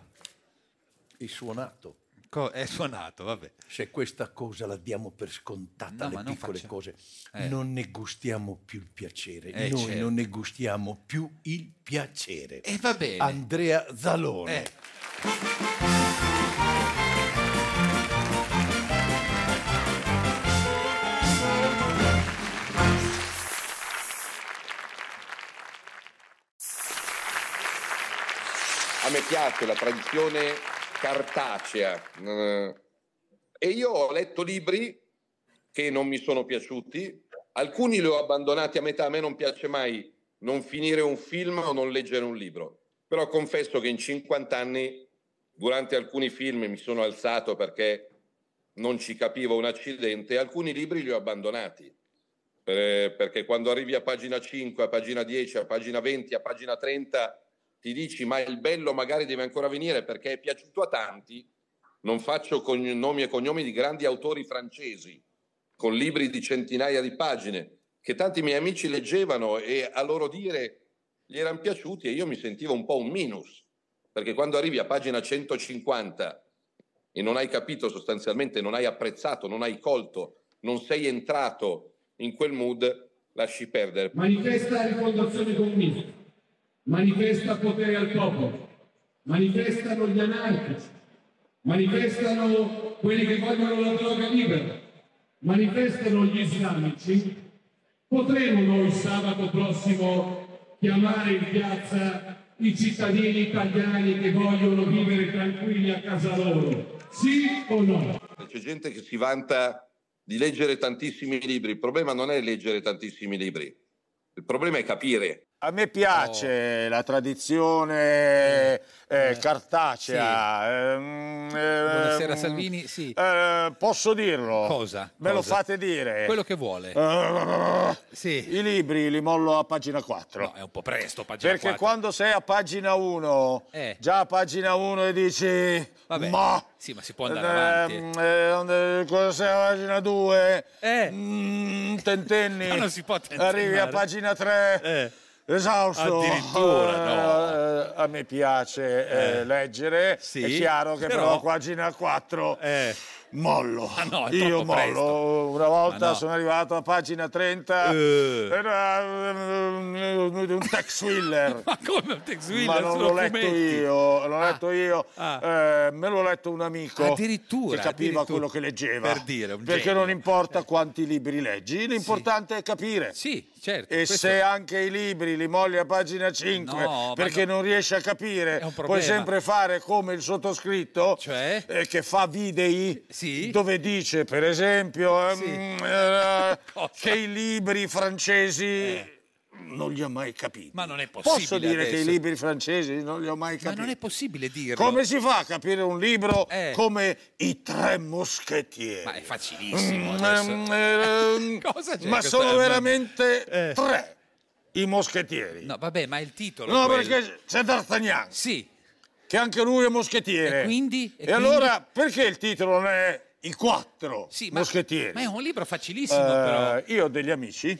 È suonato. È suonato, vabbè. Se questa cosa la diamo per scontata, le piccole cose, non ne gustiamo più il piacere. Noi certo. non ne gustiamo più il piacere. E va bene. Andrea Zalone. A me piace la tradizione cartacea e io ho letto libri che non mi sono piaciuti, alcuni li ho abbandonati a metà. A me non piace mai non finire un film o non leggere un libro, però confesso che in 50 anni durante alcuni film mi sono alzato perché non ci capivo un accidente e alcuni libri li ho abbandonati perché quando arrivi a pagina 5, a pagina 10, a pagina 20, a pagina 30 ti dici ma il bello magari deve ancora venire perché è piaciuto a tanti. Non faccio nomi e cognomi di grandi autori francesi con libri di centinaia di pagine che tanti miei amici leggevano e a loro dire gli erano piaciuti e io mi sentivo un po' un minus, perché quando arrivi a pagina 150 e non hai capito sostanzialmente, non hai apprezzato, non hai colto, non sei entrato in quel mood, lasci perdere. Manifesta la rifondazione comunista, manifesta potere al popolo, manifestano gli anarchici, manifestano quelli che vogliono la droga libera, manifestano gli islamici. Potremo noi sabato prossimo chiamare in piazza i cittadini italiani che vogliono vivere tranquilli a casa loro? Sì o no? C'è gente che si vanta di leggere tantissimi libri. Il problema non è leggere tantissimi libri. Il problema è capire. A me piace la tradizione cartacea. Buonasera Salvini, sì. Posso dirlo? Cosa? Me lo fate dire? Quello che vuole. Sì. I libri li mollo a pagina 4. No, è un po' presto, pagina Perché 4. quando sei a pagina 1, già a pagina 1 e dici... Vabbè, ma... sì, ma si può andare avanti. Cosa sei a pagina 2? Tentenni. Ma non si può tentennare. Arrivi a pagina 3... Esausto. Addirittura, no. A me piace leggere, Sì, è chiaro che però a pagina 4 mollo. Ah, no, è Io troppo mollo. presto. Una volta Ma no. sono arrivato a pagina 30, era un Tex Willer. Ma come un Tex Willer? Ma non l'ho letto io, l'ho letto io, me l'ho letto un amico Addirittura, che capiva addirittura. quello che leggeva. Per dire, un perché genio. non importa quanti libri leggi, l'importante è capire. Sì, certo. E questo- se anche i libri li molli a pagina 5 No, ma perché non riesci a capire, un puoi problema. sempre fare come il sottoscritto, Cioè? che fa video Sì. dove dice, per esempio, che i libri francesi non li ho mai capiti. Ma non è possibile. Posso dire adesso. che i libri francesi non li ho mai Ma capiti? non è possibile dirlo. Come si fa a capire un libro come I Tre Moschettieri? Ma è facilissimo adesso. Cosa c'è? Ma Questa- sono veramente tre i moschettieri. No, vabbè, ma è il titolo. No, quello. perché c'è D'Artagnan. Sì. Che anche lui è moschettiere. E quindi? E allora, perché il titolo non è I Quattro Sì, Moschettieri? Ma è un libro facilissimo, però. Io ho degli amici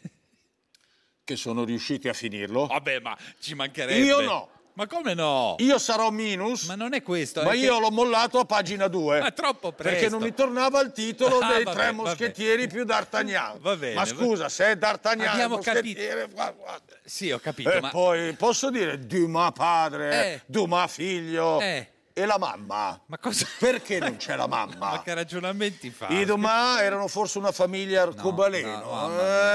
che sono riusciti a finirlo. Vabbè, ma ci mancherebbe. Io no. Ma come no? Io sarò minus. Ma non è questo. Ma è io che- l'ho mollato a pagina 2. Ma troppo presto. Perché non mi tornava il titolo Ah, dei vabbè, tre vabbè. moschettieri più D'Artagnan. Va bene, Ma scusa, se è D'Artagnan Abbiamo moschettiere... Sì, ho capito, E ma... poi posso dire Dumas padre, Dumas figlio e la mamma. Ma cosa? Perché non c'è la mamma? Ma che ragionamenti fa? I Dumas erano forse una famiglia arcobaleno.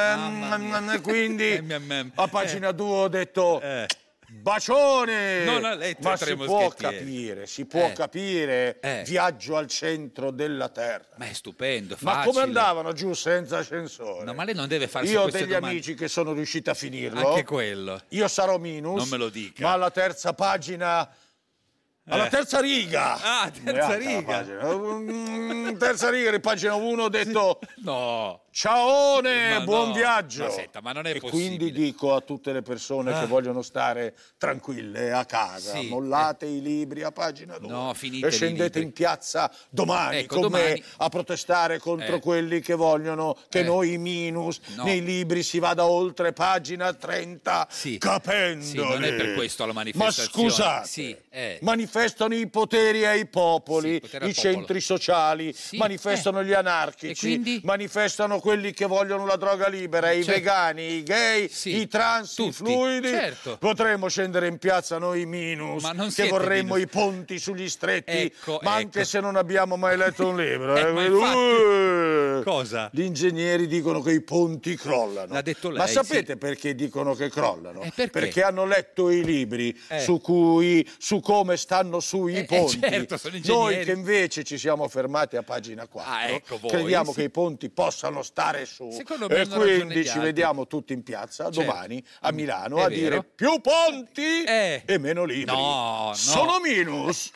Quindi a pagina 2 ho detto bacione! Non ha letto Ma I Tre si può Moschettieri. capire, viaggio al centro della terra. Ma è stupendo, è Ma facile. come andavano giù senza ascensore? No, ma lei non deve farsi Io ho queste degli domande. amici che sono riusciti a finirlo. Anche quello. Io sarò minus. Non me lo dica. Ma alla terza pagina... Alla terza riga! Ah, terza riga. Terza riga di pagina 1 ho detto... No. Ciaone, Ma buon no. viaggio! Ma senta, ma non è e possibile. quindi dico a tutte le persone che vogliono stare tranquille a casa, Sì, mollate i libri a pagina 2 No, finite e scendete in piazza domani Ecco, con me domani. a protestare contro quelli che vogliono che noi minus No. nei libri si vada oltre pagina 30 capendoli. Sì, non è per questo la Ma manifestazione. scusate, Sì, manifestano i poteri ai popoli, potere al i popolo. centri sociali, manifestano gli anarchici, E quindi? manifestano quelli che vogliono la droga libera, i vegani, i gay, i trans, i fluidi. certo. Potremmo scendere in piazza noi minus, Ma non che siete vorremmo minus. i ponti sugli stretti, Ecco, ma ecco. anche se non abbiamo mai letto un libro. Ma infatti. Uh, Cosa? Gli ingegneri dicono che i ponti crollano. L'ha detto lei, Ma sapete perché dicono che crollano? perché? Perché hanno letto i libri su come stanno sui ponti. certo, sono Noi ingegneri. che invece ci siamo fermati a pagina 4, ecco voi, crediamo sì. che i ponti possano stare su. Secondo me E hanno ragione quindi gli ci altri. vediamo tutti in piazza Certo. domani a Milano È a vero. dire più ponti e meno libri. No, no. Sono minus.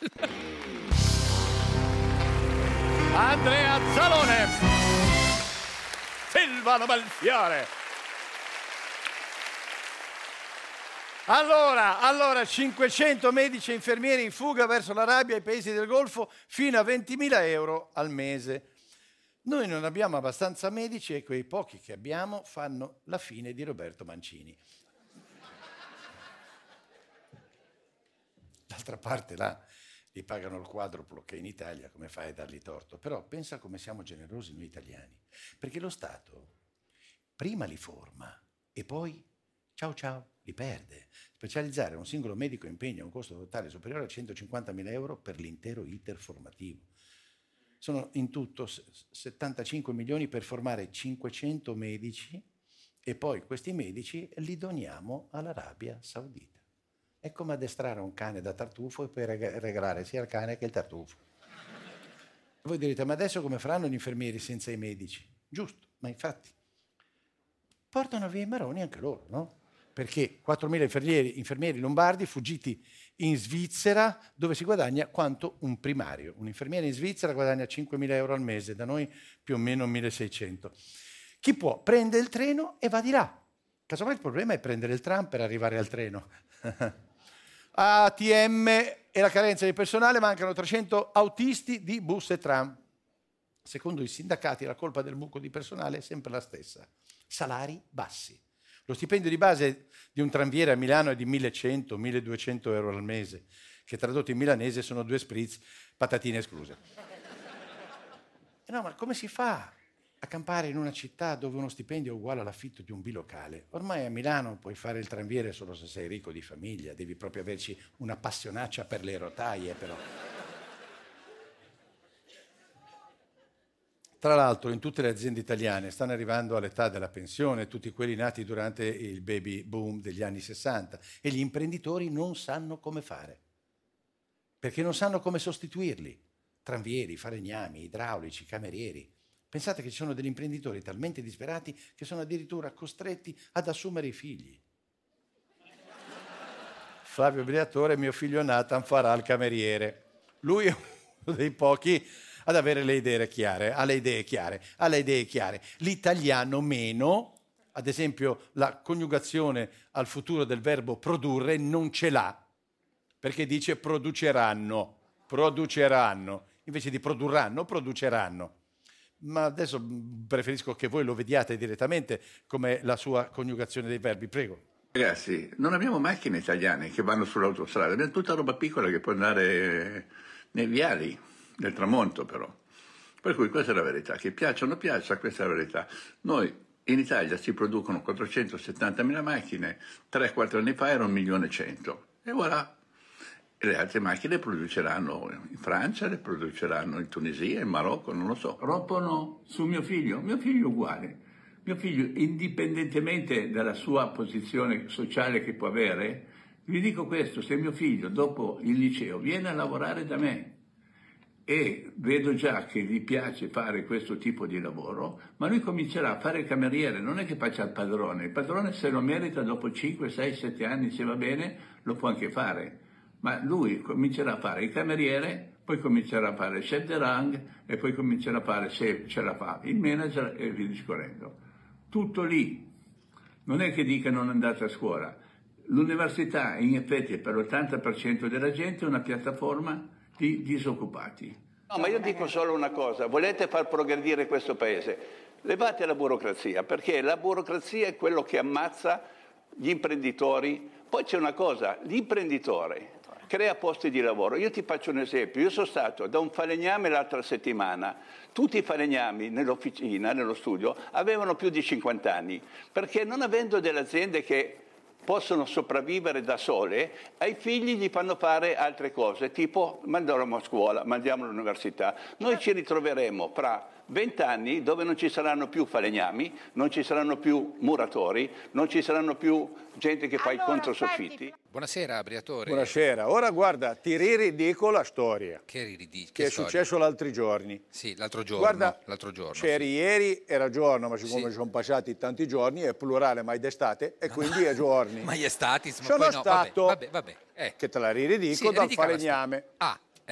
Andrea Zalone, Silvano Belfiore. Allora, 500 medici e infermieri in fuga verso l'Arabia e i paesi del Golfo fino a 20.000 euro al mese. Noi non abbiamo abbastanza medici e quei pochi che abbiamo fanno la fine di Roberto Mancini. D'altra parte là gli pagano il quadruplo che in Italia, come fai a dargli torto? Però pensa come siamo generosi noi italiani, perché lo Stato prima li forma e poi, ciao ciao, li perde. Specializzare un singolo medico impegna un costo totale superiore a 150.000 euro per l'intero iter formativo. Sono in tutto 75 milioni per formare 500 medici e poi questi medici li doniamo all'Arabia Saudita. È come addestrare un cane da tartufo e poi regalare sia il cane che il tartufo. Voi direte, ma adesso come faranno gli infermieri senza i medici? Giusto, ma infatti portano via i maroni anche loro, no? Perché 4.000 infermieri lombardi fuggiti in Svizzera, dove si guadagna quanto un primario. Un infermiere in Svizzera guadagna 5.000 euro al mese, da noi più o meno 1.600. Chi può prende il treno e va di là. Casomai il problema è prendere il tram per arrivare al treno. ATM e la carenza di personale, mancano 300 autisti di bus e tram. Secondo i sindacati la colpa del buco di personale è sempre la stessa. Salari bassi. Lo stipendio di base di un tranviere a Milano è di 1.100-1.200 euro al mese, che tradotto in milanese sono 2 spritz, patatine escluse. No, ma come si fa a campare in una città dove uno stipendio è uguale all'affitto di un bilocale? Ormai a Milano puoi fare il tranviere solo se sei ricco di famiglia, devi proprio averci una passionaccia per le rotaie, però. Tra l'altro in tutte le aziende italiane stanno arrivando all'età della pensione tutti quelli nati durante il baby boom degli anni 60 e gli imprenditori non sanno come fare, perché non sanno come sostituirli. Tranvieri, falegnami, idraulici, camerieri. Pensate che ci sono degli imprenditori talmente disperati che sono addirittura costretti ad assumere i figli. Flavio Briatore, mio figlio Nathan, farà il cameriere. Lui è uno dei pochi ad avere le idee chiare, ha le idee chiare. L'italiano meno, ad esempio la coniugazione al futuro del verbo produrre non ce l'ha, perché dice produceranno, invece di produrranno, produceranno. Ma adesso preferisco che voi lo vediate direttamente come la sua coniugazione dei verbi, prego. Ragazzi, non abbiamo macchine italiane che vanno sull'autostrada, abbiamo tutta roba piccola che può andare nei viali del tramonto, però. Per cui questa è la verità, che piaccia o non piaccia, questa è la verità. Noi in Italia si producono 470.000 macchine, 3-4 anni fa erano 1.100.000 e voilà. E le altre macchine le produceranno in Francia, le produceranno in Tunisia, in Marocco, non lo so. Rompono su mio figlio è uguale. Mio figlio, indipendentemente dalla sua posizione sociale che può avere, vi dico questo, se mio figlio dopo il liceo viene a lavorare da me e vedo già che gli piace fare questo tipo di lavoro, ma lui comincerà a fare il cameriere, non è che faccia il padrone se lo merita dopo 5, 6, 7 anni, se va bene, lo può anche fare, ma lui comincerà a fare il cameriere, poi comincerà a fare il chef de rang e poi comincerà a fare, se ce la fa, il manager e via discorrendo. Tutto lì, non è che dica non andate a scuola. L'università in effetti per l'80% della gente è una piattaforma di disoccupati. No, ma io dico solo una cosa, volete far progredire questo paese, levate la burocrazia, perché la burocrazia è quello che ammazza gli imprenditori. Poi c'è una cosa, l'imprenditore crea posti di lavoro. Io ti faccio un esempio, io sono stato da un falegname l'altra settimana, tutti i falegnami nell'officina, nello studio, avevano più di 50 anni, perché non avendo delle aziende che possono sopravvivere da sole, ai figli gli fanno fare altre cose, tipo mandiamo a scuola, mandiamo all'università. Noi ci ritroveremo fra 20 anni dove non ci saranno più falegnami, non ci saranno più muratori, non ci saranno più gente che fa i controsoffitti. Buonasera, Briatore. Buonasera. Ora guarda, ti ridico la storia. Che è successo l'altri giorni. Sì, l'altro giorno. Guarda, l'altro giorno, c'eri ieri, era giorno, ma siccome sono passati tanti giorni, è plurale mai d'estate, e quindi è giorni. Maiestatis, ma sono poi no. stato, vabbè. che te la ridico, dal falegname.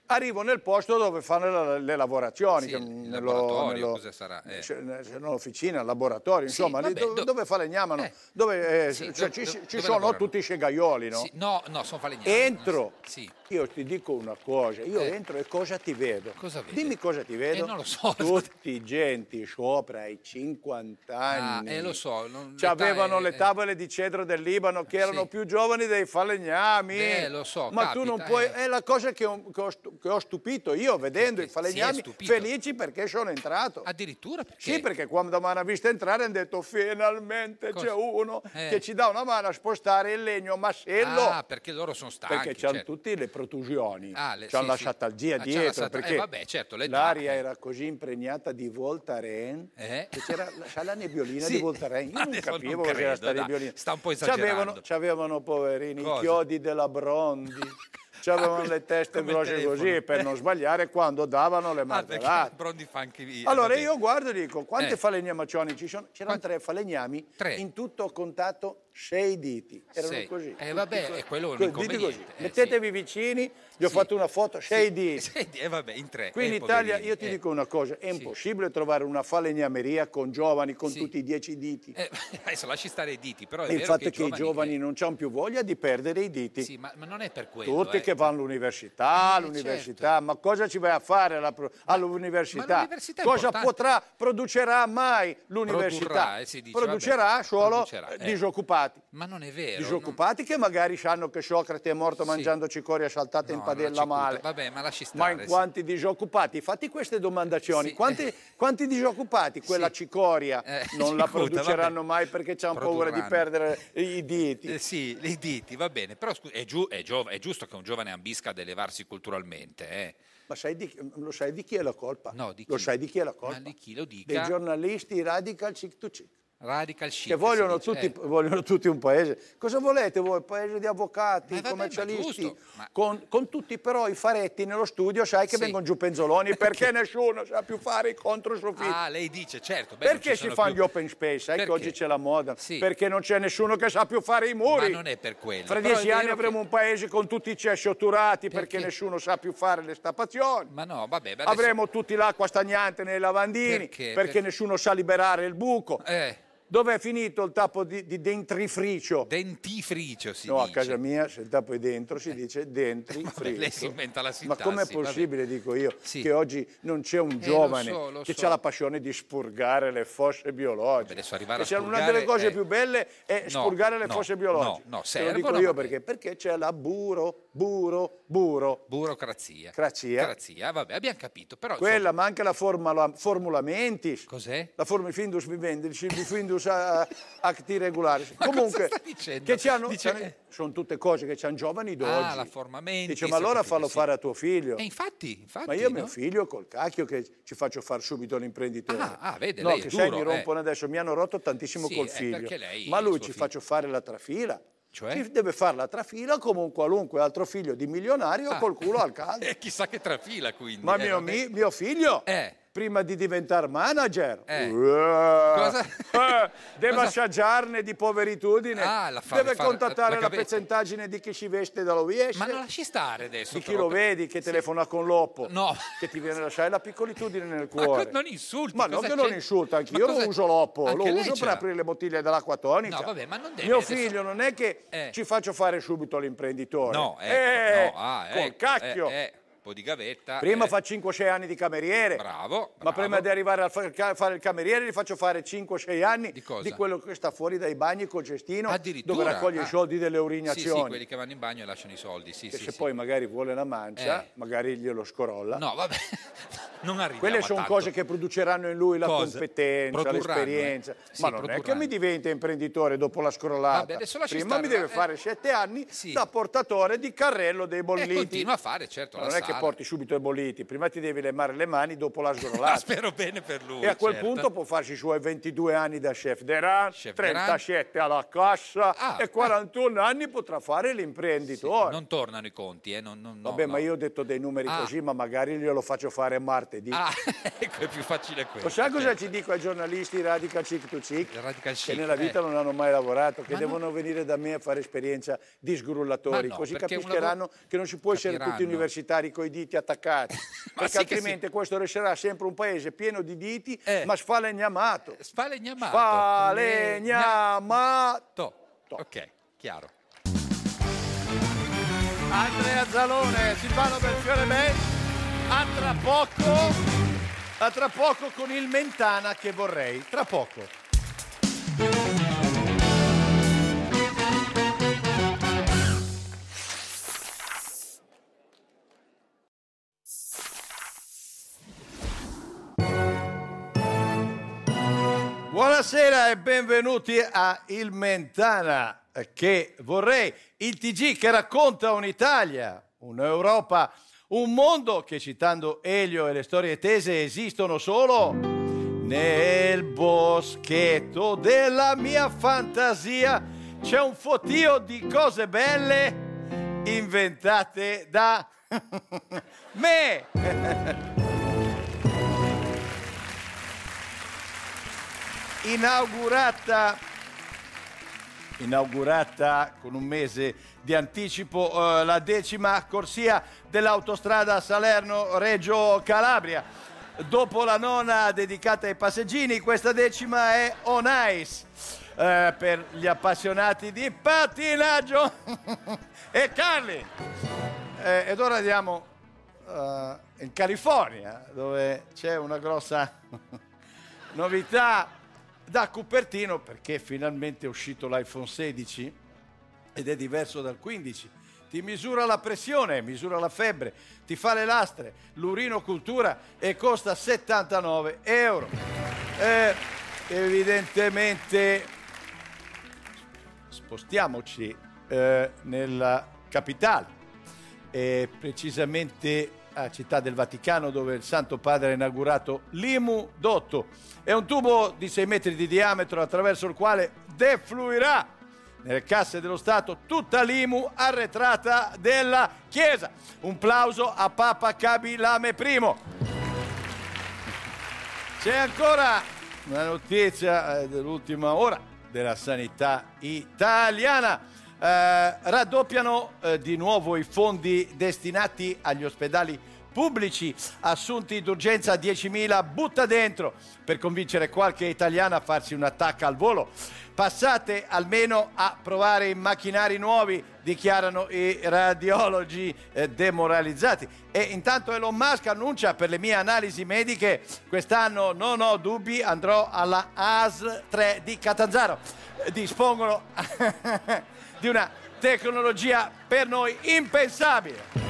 arrivo nel posto dove fanno le lavorazioni. Sì, il laboratorio, cosa sarà? L'officina, il laboratorio, insomma, vabbè, dove falegnamano, dove ci sono tutti i scegaioli, no? Sì, no, sono falegnami. Entro, sì. Io ti dico una cosa, entro e cosa ti vedo? Cosa vedi? Dimmi cosa ti vedo. Non lo so. Tutti genti sopra i 50 anni. Lo so. Avevano le tavole di cedro del Libano che erano più giovani dei falegnami. Lo so, ma tu non puoi. È la cosa che ho stupito io vedendo i falegnami felici perché sono entrato. Addirittura perché? Sì, perché quando mi hanno visto entrare hanno detto finalmente c'è uno che ci dà una mano a spostare il legno macello. Ah, perché loro sono stanchi. Perché c'hanno tutti le protusioni, c'hanno la sciatalgia dietro, perché vabbè, certo, l'aria era così impregnata di Voltaren che c'era la nebbiolina di Voltaren. Io non capivo che c'era sta nebbiolina. Sta un po' esagerando. C'avevano poverini i chiodi della Brondi. C'avevano le teste grosse così per non sbagliare quando davano le martellate. Allora io guardo e dico quante falegnamaccioni ci sono? C'erano 3 falegnami, in tutto ho contato 6 diti, erano così. Vabbè, è quello un inconveniente. Mettetevi vicini, gli ho fatto una foto, 6 diti. Vabbè, in 3. Qui in Italia io ti dico una cosa, è impossibile trovare una falegnameria con giovani con tutti i 10 diti. Adesso lasci stare i diti, però è il vero fatto è che i giovani non hanno più voglia di perdere i diti. Sì, ma non è per quello. Tutti che vanno all'università, certo. Ma cosa ci vai a fare all'università? Cosa producerà mai l'università? Produrrà solo disoccupati. Ma non è vero. Disoccupati che magari sanno che Socrate è morto mangiando cicoria saltata in padella male. Vabbè, ma lasci stare. Ma in quanti disoccupati? Fatti queste domandazioni. Quanti disoccupati quella cicoria non la produceranno mai perché hanno paura di perdere i diti? Sì, i diti, va bene. Però è giusto che un giovane ambisca ad elevarsi culturalmente, Ma lo sai di chi è la colpa? No, di chi? Lo sai di chi è la colpa? Ma di chi lo dica? Dei giornalisti radical chic to chic. Radical chic. Che vogliono tutti un paese. Cosa volete voi? Un paese di avvocati, commercialisti, con tutti però i faretti nello studio, sai che vengono giù penzoloni perché nessuno sa più fare i controsoffitti. Ah, lei dice, certo. Perché si fanno gli open space? Sai che oggi c'è la moda? Perché non c'è nessuno che sa più fare i muri. Ma non è per quello. Fra 10 anni avremo un paese con tutti i cessi otturati perché nessuno sa più fare le stappazioni. Ma no, vabbè. Avremo tutti l'acqua stagnante nei lavandini perché nessuno sa liberare il buco. Dove è finito il tappo di dentifricio? Dentifricio si dice. No, a casa mia se il tappo è dentro si dice dentifricio. Lei si inventa la sintassi. Ma com'è possibile, dico io, che oggi non c'è un giovane che ha la passione di spurgare le fosse biologiche? Adesso arrivare a spurgare... Una delle cose più belle è spurgare le fosse biologiche. No, te lo dico io perché c'è la burocrazia. Vabbè, abbiamo capito. Però, quella, ma anche la formula mentis. Cos'è? La formula findus vivendi, il findus acti regolari. Comunque, che sono tutte cose che c'hanno giovani d'oggi. La forma mentis. Dice, ma allora fallo fare a tuo figlio. Infatti. Ma io mio figlio col cacchio che ci faccio fare subito l'imprenditore. Vede, no, lei che è duro, sai, mi rompono adesso, mi hanno rotto tantissimo col figlio. Ma lui ci faccio fare la trafila. Cioè? Si deve fare la trafila come un qualunque altro figlio di milionario col culo al caldo. Chissà che trafila, quindi. Ma mio figlio... prima di diventare manager, deve assaggiarne di poveritudine, deve contattare la percentaggine di chi si veste dall'OIS. Ma non lasci stare adesso. Di chi lo vedi che telefona con l'oppo, che ti viene a lasciare la piccolitudine nel cuore. Ma non insulti. Ma non che non insulta, anch'io lo uso l'oppo, lo uso per aprire le bottiglie dell'acqua tonica. No, vabbè, ma non deve. Mio figlio non è che ci faccio fare subito l'imprenditore. Col cacchio. Di gavetta. Prima fa 5-6 anni di cameriere. Bravo. Ma prima di arrivare a fare il cameriere gli faccio fare 5-6 anni di quello che sta fuori dai bagni col cestino dove raccoglie i soldi delle urinazioni. Sì, quelli che vanno in bagno e lasciano i soldi. Se poi magari vuole la mancia, magari glielo scorolla. No, vabbè. Non arriva. Quelle sono cose che produceranno in lui la competenza, l'esperienza. Ma non è che mi diventa imprenditore dopo la scrollata. Prima mi deve fare 7 anni da portatore di carrello dei bolliti. E continua a fare, certo, non è che porti subito i bolliti, prima ti devi lemare le mani dopo la sgrollata. Spero bene per lui. E a quel punto può farsi i suoi 22 anni da chef de rang, 37 alla cassa e 41 anni potrà fare l'imprenditore. Non tornano i conti, Vabbè, ma io ho detto dei numeri così, ma magari glielo faccio fare martedì. Ecco, è più facile questo. Lo sai cosa ci dico ai giornalisti Radical Chic to Chic? Radical che chic, nella vita non hanno mai lavorato, che Ma devono venire da me a fare esperienza di sgrullatori, Ma no, così perché un capischeranno che non si può essere tutti universitari coi diti attaccati, perché sì che altrimenti questo resterà sempre un paese pieno di diti, ma sfalegnamato. Sfalegnamato. Sfalegnamato. Ok, chiaro. Andrea Zalone, Silvano Belfiore Band, a tra poco con il Mentana che vorrei, tra poco. Buonasera e benvenuti a Il Mentana che vorrei, il TG che racconta un'Italia, un'Europa, un mondo che, citando Elio e le storie tese, esistono solo nel boschetto della mia fantasia. C'è un fottio di cose belle inventate da me. Inaugurata con un mese di anticipo la 10ª corsia dell'autostrada Salerno-Reggio Calabria. Dopo la 9ª dedicata ai passeggini, questa 10ª è on ice per gli appassionati di pattinaggio e Carli. Ed ora andiamo in California, dove c'è una grossa novità da Cupertino, perché finalmente è uscito l'iPhone 16 ed è diverso dal 15. Ti misura la pressione, misura la febbre, ti fa le lastre, l'urinocultura e costa 79 euro. Evidentemente spostiamoci nella capitale, precisamente a Città del Vaticano, dove il Santo Padre ha inaugurato l'IMU Dotto. È un tubo di 6 metri di diametro attraverso il quale defluirà nelle casse dello Stato tutta l'IMU arretrata della Chiesa. Un plauso a Papa Kabilame I. C'è ancora una notizia dell'ultima ora della sanità italiana. Raddoppiano di nuovo i fondi destinati agli ospedali pubblici, assunti d'urgenza 10.000 butta dentro per convincere qualche italiano a farsi un'attacca al volo. Passate almeno a provare i macchinari nuovi, dichiarano i radiologi demoralizzati. E intanto Elon Musk annuncia: per le mie analisi mediche quest'anno non ho dubbi, andrò alla ASL 3 di Catanzaro. Dispongono di una tecnologia per noi impensabile.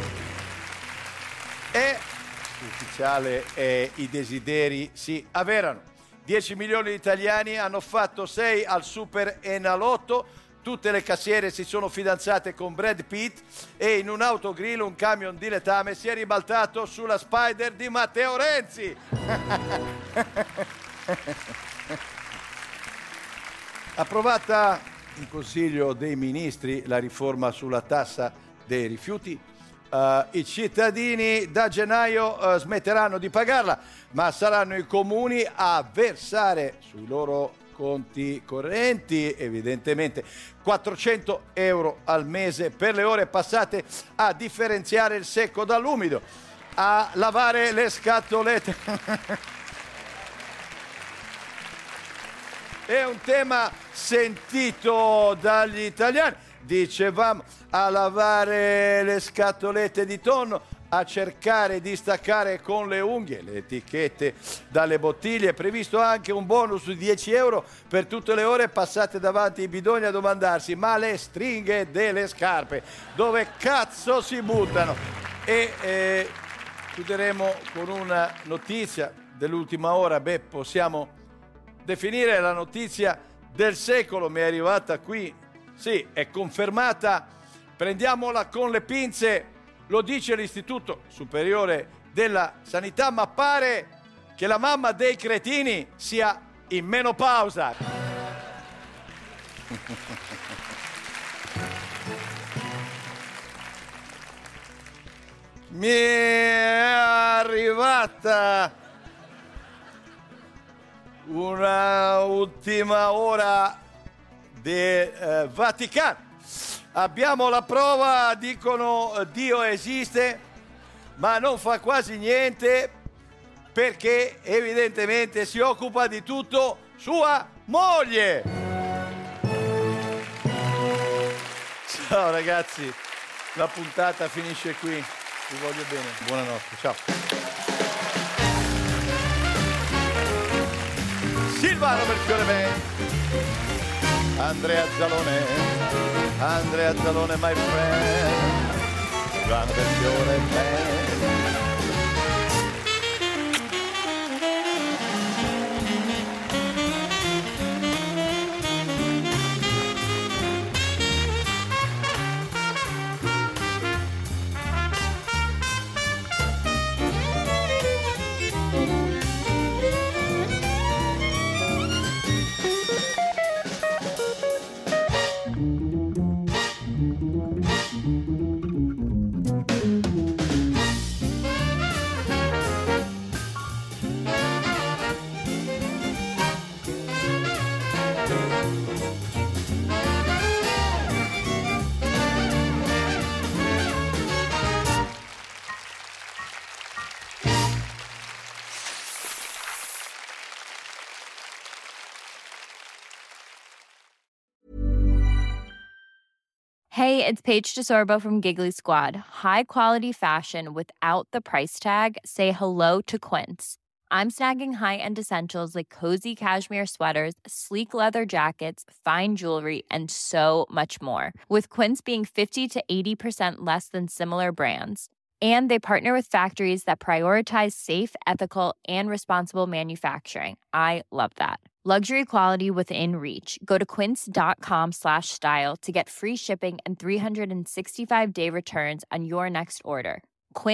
E ufficiale, i desideri si avverano. 10 milioni di italiani hanno fatto 6 al Super Enalotto. Tutte le cassiere si sono fidanzate con Brad Pitt e in un autogrill un camion di letame si è ribaltato sulla Spider di Matteo Renzi. Approvata in Consiglio dei Ministri la riforma sulla tassa dei rifiuti. I cittadini da gennaio smetteranno di pagarla, ma saranno i comuni a versare sui loro conti correnti, evidentemente, 400 euro al mese per le ore passate a differenziare il secco dall'umido, a lavare le scatolette. È un tema sentito dagli italiani. Dicevamo, a lavare le scatolette di tonno, a cercare di staccare con le unghie le etichette dalle bottiglie. È previsto anche un bonus di 10 euro per tutte le ore passate davanti ai bidoni a domandarsi: ma le stringhe delle scarpe dove cazzo si buttano? E chiuderemo con una notizia dell'ultima ora. Possiamo definire la notizia del secolo, mi è arrivata qui. Sì, è confermata, prendiamola con le pinze, lo dice l'Istituto Superiore della Sanità, ma pare che la mamma dei cretini sia in menopausa. Mi è arrivata iniziata una ultima ora del Vaticano. Abbiamo la prova, dicono Dio esiste, ma non fa quasi niente perché evidentemente si occupa di tutto sua moglie. Ciao ragazzi, la puntata finisce qui, vi voglio bene, buonanotte, ciao. Silvano Melchiorre Band, Andrea Zalone my friend, Silvano Melchiorre Band. Hey, it's Paige DeSorbo from Giggly Squad. High quality fashion without the price tag. Say hello to Quince. I'm snagging high-end essentials like cozy cashmere sweaters, sleek leather jackets, fine jewelry, and so much more. With Quince being 50 to 80% less than similar brands. And they partner with factories that prioritize safe, ethical, and responsible manufacturing. I love that. Luxury quality within reach. Go to quince.com/style to get free shipping and 365-day returns on your next order.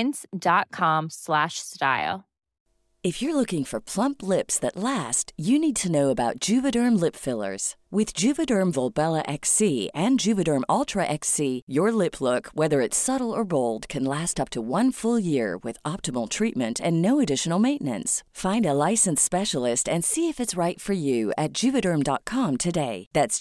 Quince.com/style. If you're looking for plump lips that last, you need to know about Juvederm lip fillers. With Juvederm Volbella XC and Juvederm Ultra XC, your lip look, whether it's subtle or bold, can last up to 1 full year with optimal treatment and no additional maintenance. Find a licensed specialist and see if it's right for you at Juvederm.com today. That's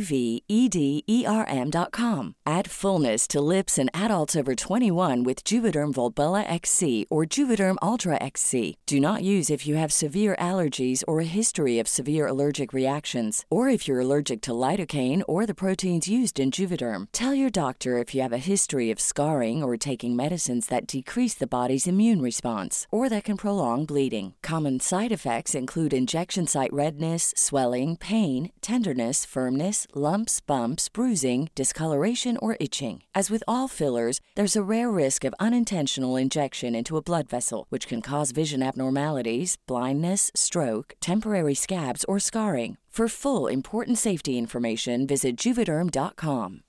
JUVEDERM.com. Add fullness to lips in adults over 21 with Juvederm Volbella XC or Juvederm Ultra XC. Do not use if you have severe allergies or a history of severe allergic reactions, or if you're allergic to lidocaine or the proteins used in Juvederm. Tell your doctor if you have a history of scarring or taking medicines that decrease the body's immune response or that can prolong bleeding. Common side effects include injection site redness, swelling, pain, tenderness, firmness, lumps, bumps, bruising, discoloration, or itching. As with all fillers, there's a rare risk of unintentional injection into a blood vessel, which can cause vision abnormalities, blindness, stroke, temporary scabs, or scarring. For full, important safety information, visit Juvederm.com.